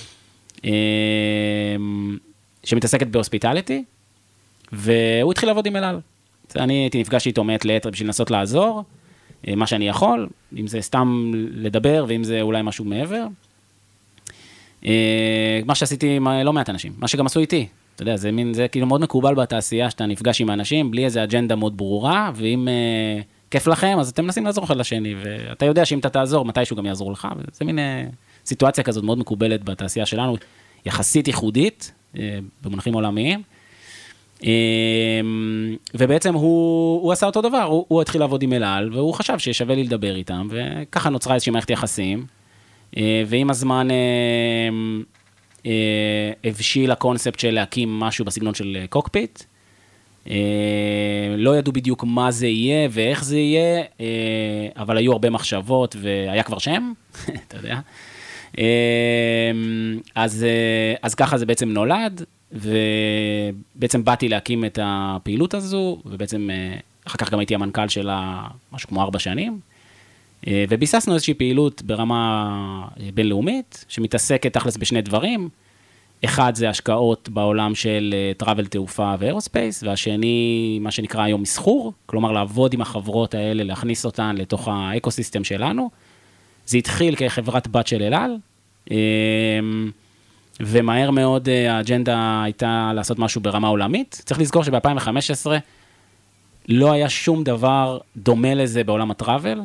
שמתעסקת בהוספיטליטי, והוא התחיל לעבוד עם אל על. אני הייתי נפגש איתו מעת לעת בשביל לנסות לעזור, מה שאני יכול, אם זה סתם לדבר, ואם זה אולי משהו מעבר. מה שעשיתי עם לא מעט אנשים, מה שגם עשו איתי. אתה יודע, זה מין, זה כאילו מאוד מקובל בתעשייה, שאתה נפגש עם האנשים, בלי איזו אג'נדה מאוד ברורה, ואם אה, כיף לכם, אז אתם מנסים לעזור אחד לשני, ואתה יודע שאם אתה תעזור, מתישהו גם יעזור לך, וזה מין אה, סיטואציה כזאת מאוד מקובלת בתעשייה שלנו, יחסית ייחודית, אה, במונחים עולמיים, אה, ובעצם הוא, הוא עשה אותו דבר, הוא, הוא התחיל לעבוד עם אל על, והוא חשב ששווה לי לדבר איתם, וככה נוצרה איזושהי מערכת יחסים, אה, ועם הזמן, אה, הבשיל הקונספט של להקים משהו בסגנון של קוקפיט. לא ידעו בדיוק מה זה יהיה ואיך זה יהיה, אבל היו הרבה מחשבות והיה כבר שם, אתה יודע. אז, אז ככה זה בעצם נולד, ובעצם באתי להקים את הפעילות הזו, ובעצם אחר כך גם הייתי המנכ"ל שלה משהו כמו ארבע שנים, וביססנו איזושהי פעילות ברמה בינלאומית, שמתעסקת תכלס בשני דברים. אחד זה השקעות בעולם של טראבל, תעופה ואירוספייס, והשני, מה שנקרא היום מסחור, כלומר לעבוד עם החברות האלה, להכניס אותן לתוך האקוסיסטם שלנו. זה התחיל כחברת בת של אל על, ומהר מאוד האג'נדה הייתה לעשות משהו ברמה עולמית. צריך לזכור שב-אלפיים וחמש עשרה לא היה שום דבר דומה לזה בעולם הטראבל,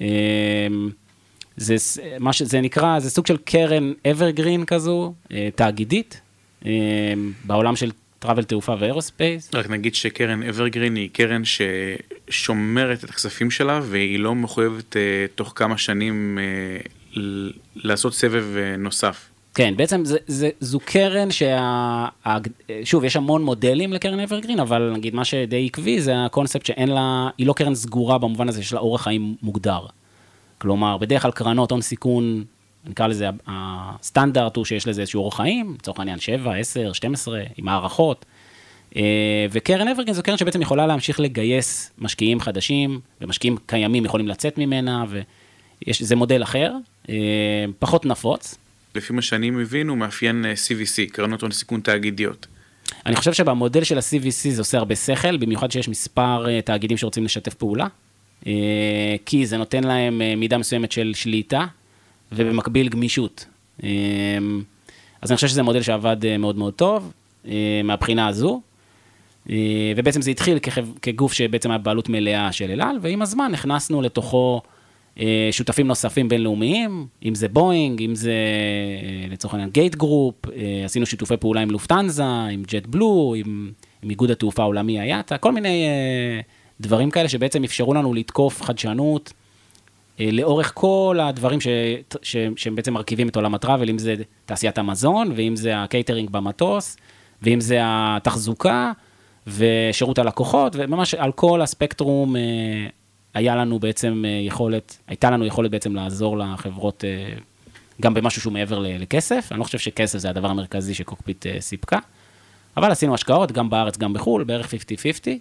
זה, מה שזה נקרא, זה סוג של קרן אברגרין כזו, תאגידית, בעולם של טראבל, תעופה ואירוספייס. רק נגיד שקרן אברגרין היא קרן ששומרת את הכספים שלה, והיא לא מחויבת תוך כמה שנים לעשות סבב נוסף. כן, בעצם זה, זה, זו קרן שה... שוב, יש המון מודלים לקרן אברגרין, אבל נגיד מה שדי עקבי זה הקונספט שאין לה, היא לא קרן סגורה במובן הזה, יש לה אורח חיים מוגדר. כלומר, בדרך כלל קרנות הון סיכון, נקרא לזה, הסטנדרט הוא שיש לזה איזשהו אורח חיים, לצורך העניין שבע, עשר, שתים עשרה, עם הערכות. וקרן אברגרין זו קרן שבעצם יכולה להמשיך לגייס משקיעים חדשים, ומשקיעים קיימים יכולים לצאת ממנה, וזה מודל אחר, פחות נפוץ. לפי מה שאני מבין, הוא מאפיין סי וי סי, קרנות הון סיכון תאגידיות. אני חושב שבמודל של ה-סי וי סי זה עושה הרבה שכל, במיוחד שיש מספר תאגידים שרוצים לשתף פעולה, כי זה נותן להם מידה מסוימת של שליטה, ובמקביל גמישות. אז אני חושב שזה מודל שעבד מאוד מאוד טוב, מהבחינה הזו, ובעצם זה התחיל כגוף שבעצם היה בעלות מלאה של אל על, ועם הזמן נכנסנו לתוכו שותפים נוספים בינלאומיים, אם זה בוינג, אם זה לצורך העניין גייט גרופ, עשינו שיתופי פעולה עם לופטנזה, עם ג'ט בלו, עם, עם איגוד התעופה העולמי היאטה, כל מיני דברים כאלה שבעצם אפשרו לנו לתקוף חדשנות, לאורך כל הדברים ש, ש, שהם בעצם מרכיבים את עולם הטראבל, אם זה תעשיית המזון, ואם זה הקייטרינג במטוס, ואם זה התחזוקה, ושירות הלקוחות, וממש על כל הספקטרום היה לנו בעצם יכולת, הייתה לנו יכולת בעצם לעזור לחברות גם במשהו שהוא מעבר לכסף. אני לא חושב שכסף זה הדבר המרכזי שקוקפיט סיפקה, אבל עשינו השקעות גם בארץ, גם בחול, בערך חמישים חמישים.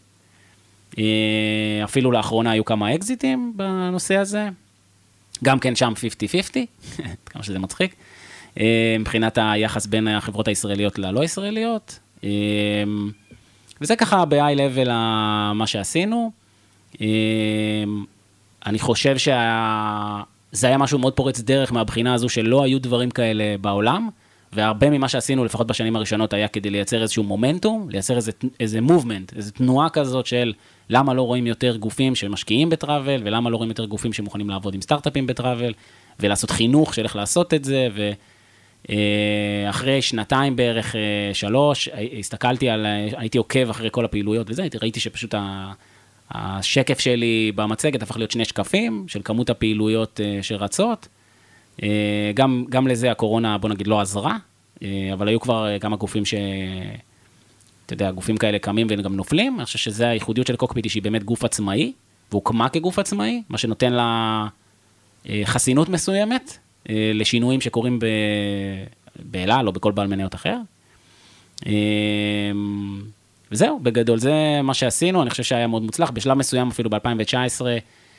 אפילו לאחרונה היו כמה אקזיטים בנושא הזה, גם כן שם חמישים חמישים, כמה שזה מצחיק, מבחינת היחס בין החברות הישראליות ללא ישראליות, וזה ככה ב-high level מה שעשינו. אני חושב שזה היה משהו מאוד פורץ דרך מהבחינה הזו שלא היו דברים כאלה בעולם, והרבה ממה שעשינו, לפחות בשנים הראשונות, היה כדי לייצר איזשהו מומנטום, לייצר איזה, איזה מובמנט, איזו תנועה כזאת של למה לא רואים יותר גופים שמשקיעים בטראבל, ולמה לא רואים יותר גופים שמוכנים לעבוד עם סטארט-אפים בטראבל, ולעשות חינוך של איך לעשות את זה, ואחרי שנתיים בערך שלוש, הסתכלתי על, הייתי עוקב אחרי כל הפעילויות וזה, ראיתי שפשוט השקף שלי במצגת הפך להיות שני שקפים, של כמות הפעילויות שרצות, גם, גם לזה הקורונה, בוא נגיד, לא עזרה, אבל היו כבר כמה גופים ש... אתה יודע, גופים כאלה קמים וגם נופלים. אני חושב שזה הייחודיות של קוקפיט, שהיא באמת גוף עצמאי, והוקמה כגוף עצמאי, מה שנותן לה חסינות מסוימת, לשינויים שקורים ב... באל על, או בכל בעל מניות אחר. וזהו, בגדול, זה מה שעשינו, אני חושב שהיה מאוד מוצלח. בשלב מסוים, אפילו ב-אלפיים תשע עשרה,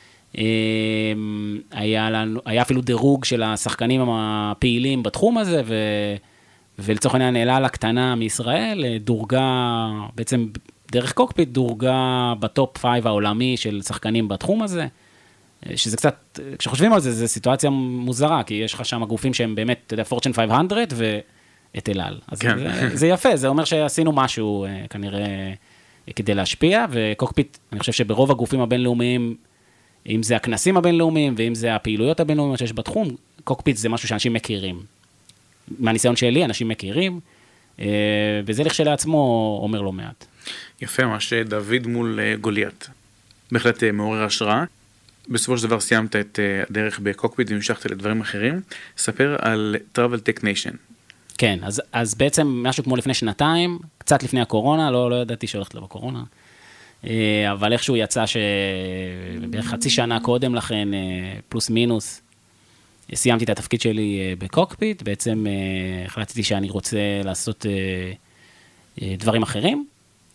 היה, לנו, היה אפילו דירוג של השחקנים הפעילים בתחום הזה, ו, ולצורך העניין אל על הקטנה מישראל, דורגה, בעצם דרך קוקפיט, דורגה בטופ פייב העולמי של שחקנים בתחום הזה, שזה קצת, כשחושבים על זה, זה סיטואציה מוזרה, כי יש לך שם גופים שהם באמת, אתה יודע, פורצ'ן חמש מאות ואת אל על. אז כן. זה, זה יפה, זה אומר שעשינו משהו כנראה כדי להשפיע, וקוקפיט, אני חושב שברוב הגופים הבינלאומיים, אם זה הכנסים הבינלאומיים, ואם זה הפעילויות הבינלאומיות שיש בתחום, קוקפיט זה משהו שאנשים מכירים. מהניסיון שלי, אנשים מכירים, וזה לכשלעצמו אומר לא מעט. יפה, מה שדוד מול גוליית. בהחלט מעורר השראה. בסופו של דבר סיימת את הדרך בקוקפיט והמשכת לדברים אחרים. ספר על Travel Tech Nation. כן, אז, אז בעצם משהו כמו לפני שנתיים, קצת לפני הקורונה, לא, לא ידעתי שהולכת לבוא קורונה, אבל איכשהו יצא שבערך חצי שנה קודם לכן, פלוס מינוס, סיימתי את התפקיד שלי בקוקפיט, בעצם החלטתי שאני רוצה לעשות דברים אחרים,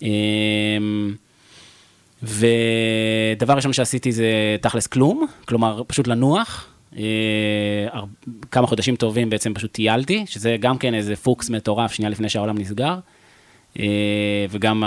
ודבר ראשון שעשיתי זה תכלס כלום, כלומר פשוט לנוח, כמה חודשים טובים בעצם פשוט טיילתי, שזה גם כן איזה פוקס מטורף שנייה לפני שהעולם נסגר, וגם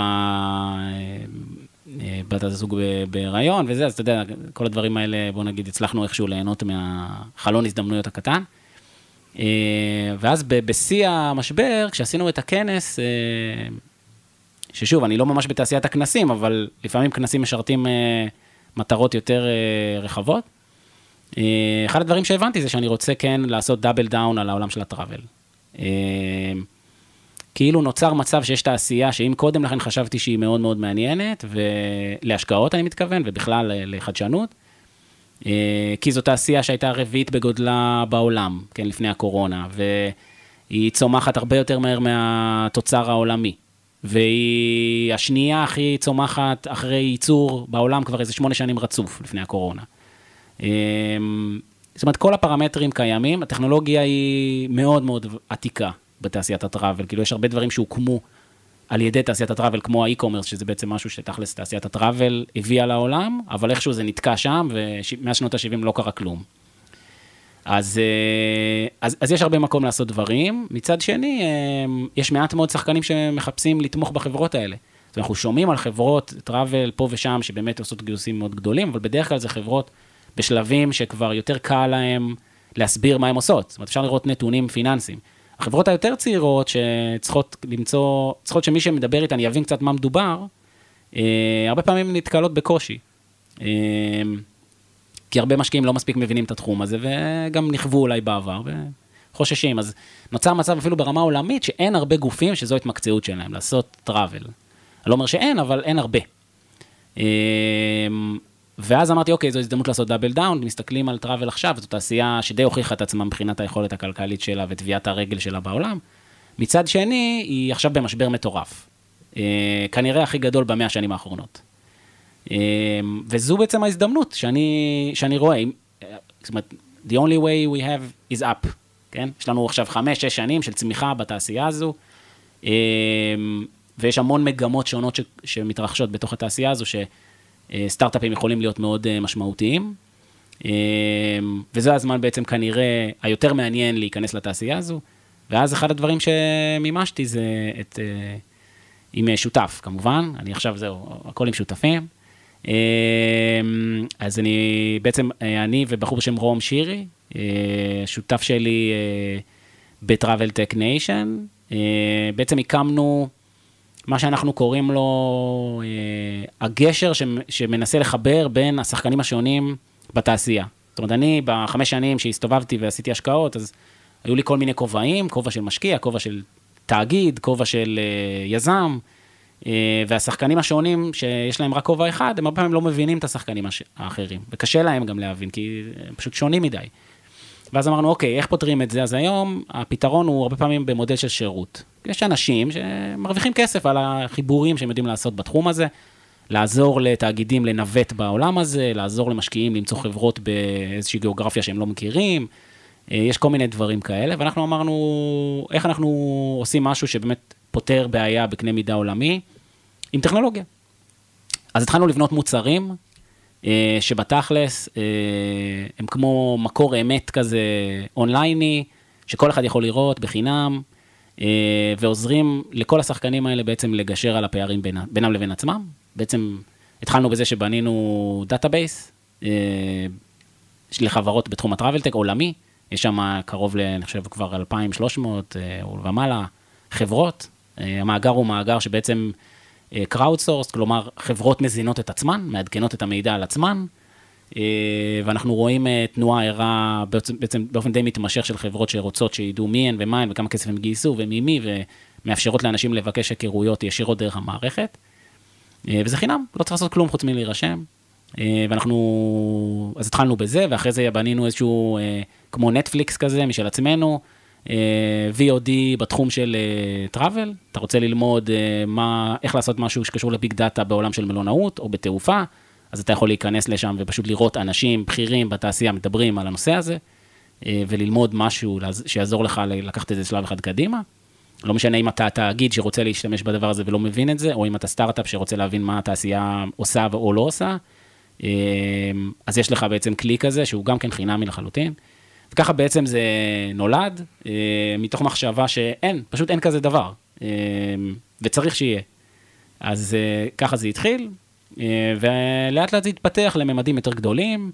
בת הזוג בהיריון וזה, אז אתה יודע, כל הדברים האלה, בוא נגיד, הצלחנו איכשהו ליהנות מהחלון הזדמנויות הקטן. ואז בשיא המשבר, כשעשינו את הכנס, ששוב, אני לא ממש בתעשיית הכנסים, אבל לפעמים כנסים משרתים מטרות יותר רחבות. אחד הדברים שהבנתי זה שאני רוצה כן לעשות דאבל דאון על העולם של הטראבל. כאילו נוצר מצב שיש תעשייה שאם קודם לכן חשבתי שהיא מאוד מאוד מעניינת, ולהשקעות אני מתכוון, ובכלל לחדשנות, כי זו תעשייה שהייתה רביעית בגודלה בעולם, כן, לפני הקורונה, היא צומחת הרבה יותר מהר מהתוצר העולמי, והיא השנייה הכי צומחת אחרי ייצור בעולם כבר איזה שמונה שנים רצוף לפני הקורונה. זאת אומרת, כל הפרמטרים קיימים, הטכנולוגיה היא מאוד מאוד עתיקה בתעשיית הטראבל, כאילו יש הרבה דברים שהוקמו על ידי תעשיית הטראבל, כמו האי-קומרס, שזה בעצם משהו שתכלס תעשיית הטראבל הביאה לעולם, אבל איכשהו זה נתקע שם, ומאז שנות ה-שבעים לא קרה כלום. אז, אז, אז יש הרבה מקום לעשות דברים. מצד שני, יש מעט מאוד שחקנים שמחפשים לתמוך בחברות האלה. אז אנחנו שומעים על חברות טראבל פה ושם, שבאמת עושות גיוסים מאוד גדולים, אבל בדרך כלל זה חברות בשלבים שכבר יותר קל להם להסביר מה הם עושות. זאת אומרת, אפשר לראות נתונים פיננסיים. החברות היותר צעירות שצריכות למצוא, צריכות שמי שמדבר איתן יבין קצת מה מדובר, הרבה פעמים נתקלות בקושי. כי הרבה משקיעים לא מספיק מבינים את התחום הזה, וגם נכוו אולי בעבר, וחוששים. אז נוצר מצב אפילו ברמה עולמית, שאין הרבה גופים שזו התמקצעות שלהם, לעשות טראבל. אני לא אומר שאין, אבל אין הרבה. ואז אמרתי, אוקיי, זו הזדמנות לעשות דאבל דאון, מסתכלים על טראבל עכשיו, זו תעשייה שדי הוכיחה את עצמה מבחינת היכולת הכלכלית שלה, וטביעת הרגל שלה בעולם. מצד שני, היא עכשיו במשבר מטורף. כנראה הכי גדול במאה השנים האחרונות. וזו בעצם ההזדמנות שאני, שאני רואה, זאת אומרת, the only way we have is up, כן? יש לנו עכשיו חמש, שש שנים של צמיחה בתעשייה הזו, ויש המון מגמות שונות ש, שמתרחשות בתוך התעשייה הזו, שסטארט-אפים יכולים להיות מאוד משמעותיים, וזה הזמן בעצם כנראה היותר מעניין להיכנס לתעשייה הזו, ואז אחד הדברים שמימשתי זה את, עם שותף, כמובן, אני עכשיו זהו, הכל עם שותפים, אז אני, בעצם אני ובחור בשם רום שירי, שותף שלי בטראבל טק ניישן, בעצם הקמנו מה שאנחנו קוראים לו הגשר שמנסה לחבר בין השחקנים השונים בתעשייה. זאת אומרת, אני בחמש שנים שהסתובבתי ועשיתי השקעות, אז היו לי כל מיני כובעים, כובע של משקיע, כובע של תאגיד, כובע של יזם, והשחקנים השונים שיש להם רק כובע אחד, הם הרבה פעמים לא מבינים את השחקנים האחרים, וקשה להם גם להבין, כי הם פשוט שונים מדי. ואז אמרנו, אוקיי, איך פותרים את זה? אז היום הפתרון הוא הרבה פעמים במודל של שירות. יש אנשים שמרוויחים כסף על החיבורים שהם יודעים לעשות בתחום הזה, לעזור לתאגידים לנווט בעולם הזה, לעזור למשקיעים למצוא חברות באיזושהי גיאוגרפיה שהם לא מכירים, יש כל מיני דברים כאלה, ואנחנו אמרנו, איך אנחנו עושים משהו שבאמת פותר בעיה בקנה מידה עולמי, עם טכנולוגיה. אז התחלנו לבנות מוצרים, שבתכלס הם כמו מקור אמת כזה אונלייני, שכל אחד יכול לראות בחינם, ועוזרים לכל השחקנים האלה בעצם לגשר על הפערים בינם לבין עצמם. בעצם התחלנו בזה שבנינו דאטאבייס, לחברות בתחום הטראבל-טק עולמי, יש שם קרוב ל, אני חושב, כבר אלפיים ושלוש מאות ומעלה חברות. המאגר הוא מאגר שבעצם crowdsourced, כלומר חברות מזינות את עצמן, מעדכנות את המידע על עצמן, ואנחנו רואים תנועה ערה בעצם באופן די מתמשך של חברות שרוצות שידעו מי הן ומה הן וכמה כסף הם גייסו וממי, ומאפשרות לאנשים לבקש היכרויות ישירות דרך המערכת, וזה חינם, לא צריך לעשות כלום חוץ מלהירשם, ואנחנו, אז התחלנו בזה, ואחרי זה בנינו איזשהו, כמו נטפליקס כזה, משל עצמנו, וי או די בתחום של טראבל, אתה רוצה ללמוד מה, איך לעשות משהו שקשור לביג דאטה בעולם של מלונאות או בתעופה, אז אתה יכול להיכנס לשם ופשוט לראות אנשים בכירים בתעשייה מדברים על הנושא הזה, וללמוד משהו שיעזור לך לקחת את זה שלב אחד קדימה. לא משנה אם אתה תאגיד שרוצה להשתמש בדבר הזה ולא מבין את זה, או אם אתה סטארט-אפ שרוצה להבין מה התעשייה עושה או לא עושה, אז יש לך בעצם כלי כזה שהוא גם כן חינמי לחלוטין. וככה בעצם זה נולד, מתוך מחשבה שאין, פשוט אין כזה דבר, וצריך שיהיה. אז ככה זה התחיל, ולאט לאט זה התפתח לממדים יותר גדולים,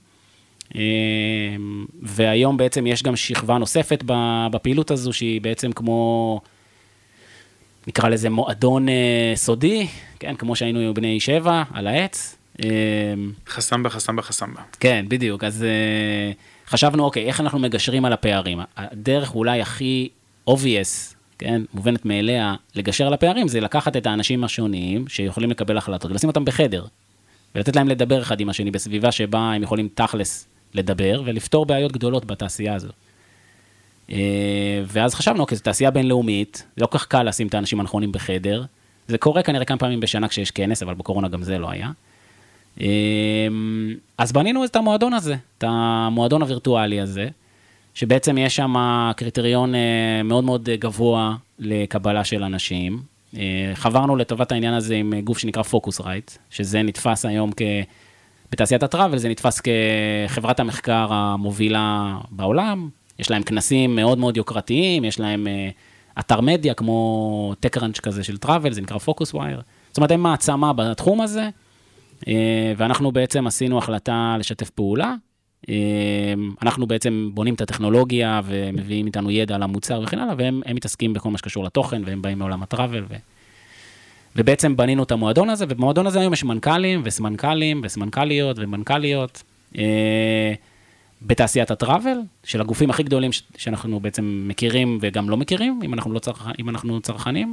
והיום בעצם יש גם שכבה נוספת בפעילות הזו, שהיא בעצם כמו, נקרא לזה מועדון סודי, כן, כמו שהיינו בני שבע על העץ. חסם בחסם בחסם בה. כן, בדיוק, אז חשבנו, אוקיי, איך אנחנו מגשרים על הפערים? הדרך אולי הכי obvious, כן, מובנת מאליה, לגשר על הפערים, זה לקחת את האנשים השונים שיכולים לקבל החלטות, ולשים אותם בחדר, ולתת להם לדבר אחד עם השני, בסביבה שבה הם יכולים תכלס לדבר, ולפתור בעיות גדולות בתעשייה הזו. ואז חשבנו, כי זו תעשייה בינלאומית, זה לא כל כך קל לשים את האנשים הנכונים בחדר, זה קורה כנראה כמה פעמים בשנה כשיש כנס, אבל בקורונה גם זה לא היה. אז בנינו את המועדון הזה, את המועדון הווירטואלי הזה, שבעצם יש שם קריטריון מאוד מאוד גבוה לקבלה של אנשים. חברנו לטובת העניין הזה עם גוף שנקרא Focusrite, שזה נתפס היום כ... בתעשיית הטראבל, זה נתפס כחברת המחקר המובילה בעולם, יש להם כנסים מאוד מאוד יוקרתיים, יש להם אתר מדיה כמו TechCrunch כזה של טראבל, זה נקרא Focuswire. זאת אומרת, הם מעצמה בתחום הזה, ואנחנו בעצם עשינו החלטה לשתף פעולה, אנחנו בעצם בונים את הטכנולוגיה ומביאים איתנו ידע על המוצר וכן הלאה, והם מתעסקים בכל מה שקשור לתוכן, והם באים מעולם הטראבל, ו... ובעצם בנינו את המועדון הזה, ובמועדון הזה היום יש מנכ"לים וסמנכ"לים וסמנכ"ליות ומנכ"ליות, בתעשיית הטראבל, של הגופים הכי גדולים שאנחנו בעצם מכירים וגם לא מכירים, אם אנחנו, לא צרכ... אם אנחנו צרכנים,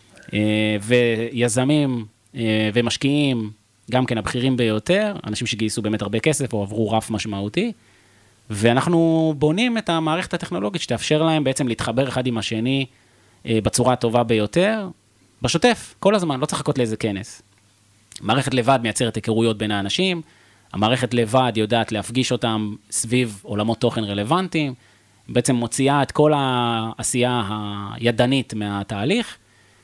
ויזמים ומשקיעים, גם כן הבכירים ביותר, אנשים שגייסו באמת הרבה כסף או עברו רף משמעותי, ואנחנו בונים את המערכת הטכנולוגית שתאפשר להם בעצם להתחבר אחד עם השני בצורה הטובה ביותר, בשוטף, כל הזמן, לא צריך לחכות לאיזה כנס. מערכת לבד מייצרת היכרויות בין האנשים, המערכת לבד יודעת להפגיש אותם סביב עולמות תוכן רלוונטיים, בעצם מוציאה את כל העשייה הידנית מהתהליך,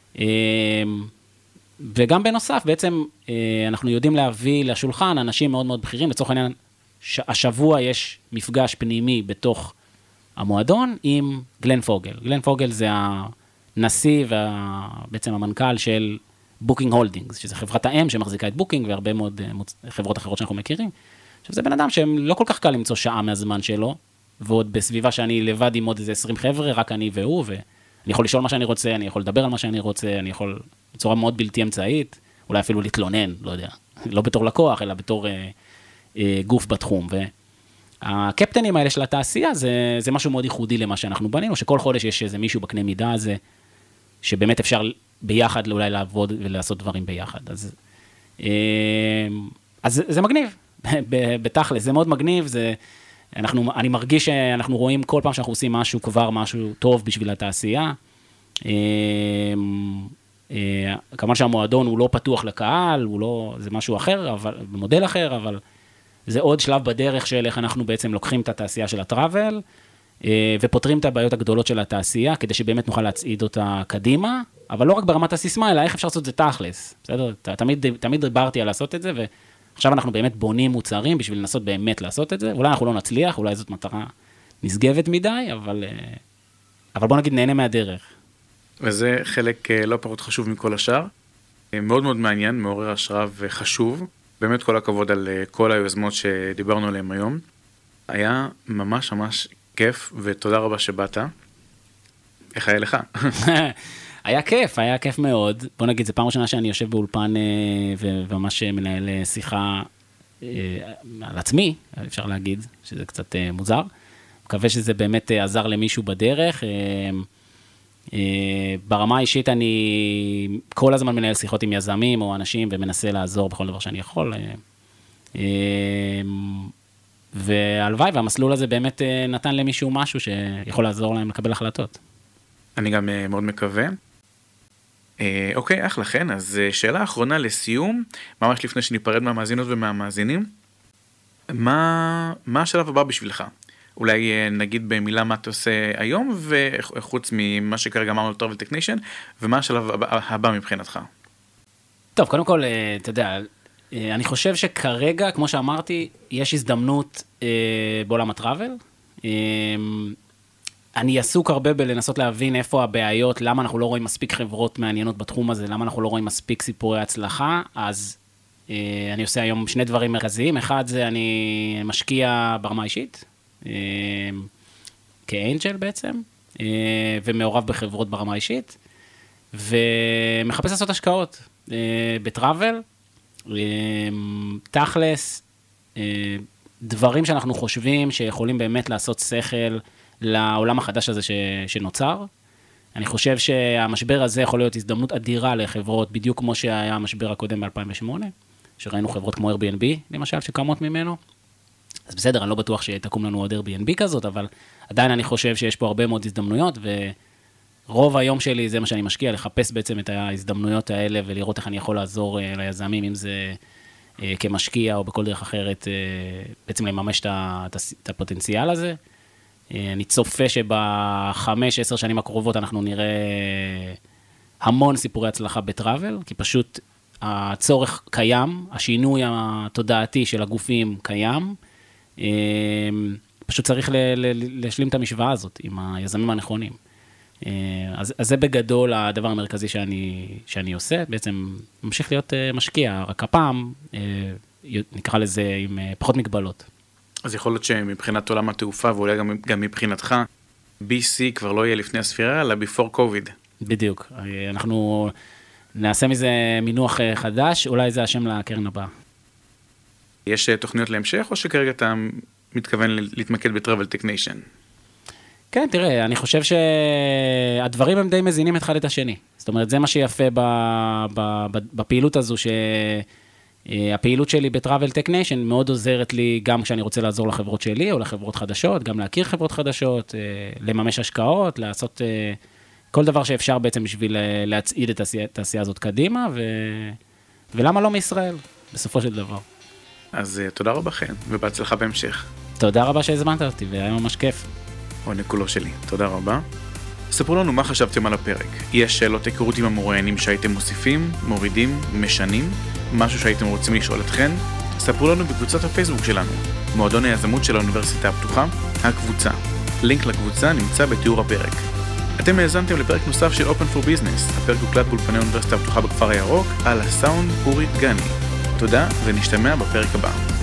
וגם בנוסף, בעצם אנחנו יודעים להביא לשולחן אנשים מאוד מאוד בכירים, לצורך העניין, השבוע יש מפגש פנימי בתוך המועדון עם גלן פוגל. גלן פוגל זה הנשיא ובעצם המנכ"ל של בוקינג הולדינגס, שזה חברת האם שמחזיקה את בוקינג והרבה מאוד חברות אחרות שאנחנו מכירים. עכשיו זה בן אדם שהם לא כל כך קל למצוא שעה מהזמן שלו, ועוד בסביבה שאני לבד עם עוד איזה עשרים חבר'ה, רק אני והוא, ואני יכול לשאול מה שאני רוצה, אני יכול לדבר על מה שאני רוצה, אני יכול בצורה מאוד בלתי אמצעית, אולי אפילו להתלונן, לא יודע, לא בתור לקוח, אלא בתור אה, אה, גוף בתחום. והקפטנים האלה של התעשייה, זה, זה משהו מאוד ייחודי למה שאנחנו בנינו, שכל חודש יש איזה מישהו בקנה מידה הזה, שבאמת אפשר ביחד אולי לעבוד ולעשות דברים ביחד. אז, אה, אז זה, זה מגניב, בתכל'ס, זה מאוד מגניב, זה, אנחנו, אני מרגיש שאנחנו רואים כל פעם שאנחנו עושים משהו, כבר משהו טוב בשביל התעשייה. כמובן שהמועדון הוא לא פתוח לקהל, הוא לא, זה משהו אחר, אבל, במודל אחר, אבל זה עוד שלב בדרך של איך אנחנו בעצם לוקחים את התעשייה של הטראבל, ופותרים את הבעיות הגדולות של התעשייה, כדי שבאמת נוכל להצעיד אותה קדימה, אבל לא רק ברמת הסיסמה, אלא איך אפשר לעשות את זה תכלס, בסדר? תמיד, תמיד דיברתי על לעשות את זה, ועכשיו אנחנו באמת בונים מוצרים בשביל לנסות באמת לעשות את זה, אולי אנחנו לא נצליח, אולי זאת מטרה נשגבת מדי, אבל, אבל בוא נגיד נהנה מהדרך. וזה חלק לא פחות חשוב מכל השאר, מאוד מאוד מעניין, מעורר השראה וחשוב, באמת כל הכבוד על כל היוזמות שדיברנו עליהן היום, היה ממש ממש כיף, ותודה רבה שבאת. איך היה לך? היה כיף, היה כיף מאוד. בוא נגיד, זו פעם ראשונה שאני יושב באולפן וממש מנהל שיחה על עצמי, אפשר להגיד, שזה קצת מוזר. מקווה שזה באמת עזר למישהו בדרך. ברמה האישית אני כל הזמן מנהל שיחות עם יזמים או אנשים ומנסה לעזור בכל דבר שאני יכול. והלוואי, והמסלול הזה באמת נתן למישהו משהו שיכול לעזור להם לקבל החלטות. אני גם מאוד מקווה. אוקיי, אחלה, כן. אז שאלה אחרונה לסיום, ממש לפני שניפרד מהמאזינות ומהמאזינים. מה, מה השלב הבא בשבילך? אולי נגיד במילה מה אתה עושה היום, וחוץ ממה שכרגע אמרנו טראבל טכנישן, ומה השלב הבא, הבא מבחינתך? טוב, קודם כל, אתה יודע, אני חושב שכרגע, כמו שאמרתי, יש הזדמנות אה, בעולם הטראבל. אה, אני עסוק הרבה בלנסות להבין איפה הבעיות, למה אנחנו לא רואים מספיק חברות מעניינות בתחום הזה, למה אנחנו לא רואים מספיק סיפורי הצלחה, אז אה, אני עושה היום שני דברים מרכזיים. אחד זה אני משקיע ברמה אישית, אה, כאנג'ל בעצם, אה, ומעורב בחברות ברמה אישית, ומחפש לעשות השקעות אה, בטראבל, תכלס, דברים שאנחנו חושבים שיכולים באמת לעשות שכל לעולם החדש הזה שנוצר. אני חושב שהמשבר הזה יכול להיות הזדמנות אדירה לחברות, בדיוק כמו שהיה המשבר הקודם ב-אלפיים ושמונה, שראינו חברות כמו Airbnb, למשל, שקמות ממנו. אז בסדר, אני לא בטוח שתקום לנו עוד Airbnb כזאת, אבל עדיין אני חושב שיש פה הרבה מאוד הזדמנויות, ורוב היום שלי זה מה שאני משקיע, לחפש בעצם את ההזדמנויות האלה, ולראות איך אני יכול לעזור ליזמים, אם זה כמשקיע או בכל דרך אחרת, בעצם לממש את הפוטנציאל הזה. אני צופה שבחמש, עשר שנים הקרובות אנחנו נראה המון סיפורי הצלחה בטראבל, כי פשוט הצורך קיים, השינוי התודעתי של הגופים קיים, פשוט צריך להשלים את המשוואה הזאת עם היזמים הנכונים. אז, אז זה בגדול הדבר המרכזי שאני, שאני עושה, בעצם ממשיך להיות משקיע, רק הפעם נקרא לזה עם פחות מגבלות. אז יכול להיות שמבחינת עולם התעופה, ואולי גם, גם מבחינתך, בי סי כבר לא יהיה לפני הספירה, אלא before COVID. בדיוק. אנחנו נעשה מזה מינוח חדש, אולי זה השם לקרן הבאה. יש תוכניות להמשך, או שכרגע אתה מתכוון להתמקד בטראבל טק ניישן? כן, תראה, אני חושב שהדברים הם די מזינים אחד את השני. זאת אומרת, זה מה שיפה בפעילות הזו, שהפעילות שלי בטראבל טק ניישן מאוד עוזרת לי גם כשאני רוצה לעזור לחברות שלי, או לחברות חדשות, גם להכיר חברות חדשות, לממש השקעות, לעשות כל דבר שאפשר בעצם בשביל להצעיד את התעשייה הזאת קדימה, ו... ולמה לא מישראל, בסופו של דבר. אז תודה רבה חן, ובהצלחה בהמשך. תודה רבה שהזמנת אותי, והיה ממש כיף. עונג כולו שלי, תודה רבה. ספרו לנו מה חשבתם על הפרק. יש שאלות היכרות עם המרואיינים שהייתם מוסיפים, מורידים, משנים, משהו שהייתם רוצים לשאול אתכן? ספרו לנו בקבוצת הפייסבוק שלנו, מועדון היזמות של האוניברסיטה הפתוחה, הקבוצה. לינק לקבוצה נמצא בתיאור הפרק. אתם האזנתם לפרק נוסף של Open for Business, הפרק הוקלט באולפני האוניברסיטה הפתוחה בכפר הירוק, על הסאונד אורי דגני. תודה ונשתמע בפרק הבא.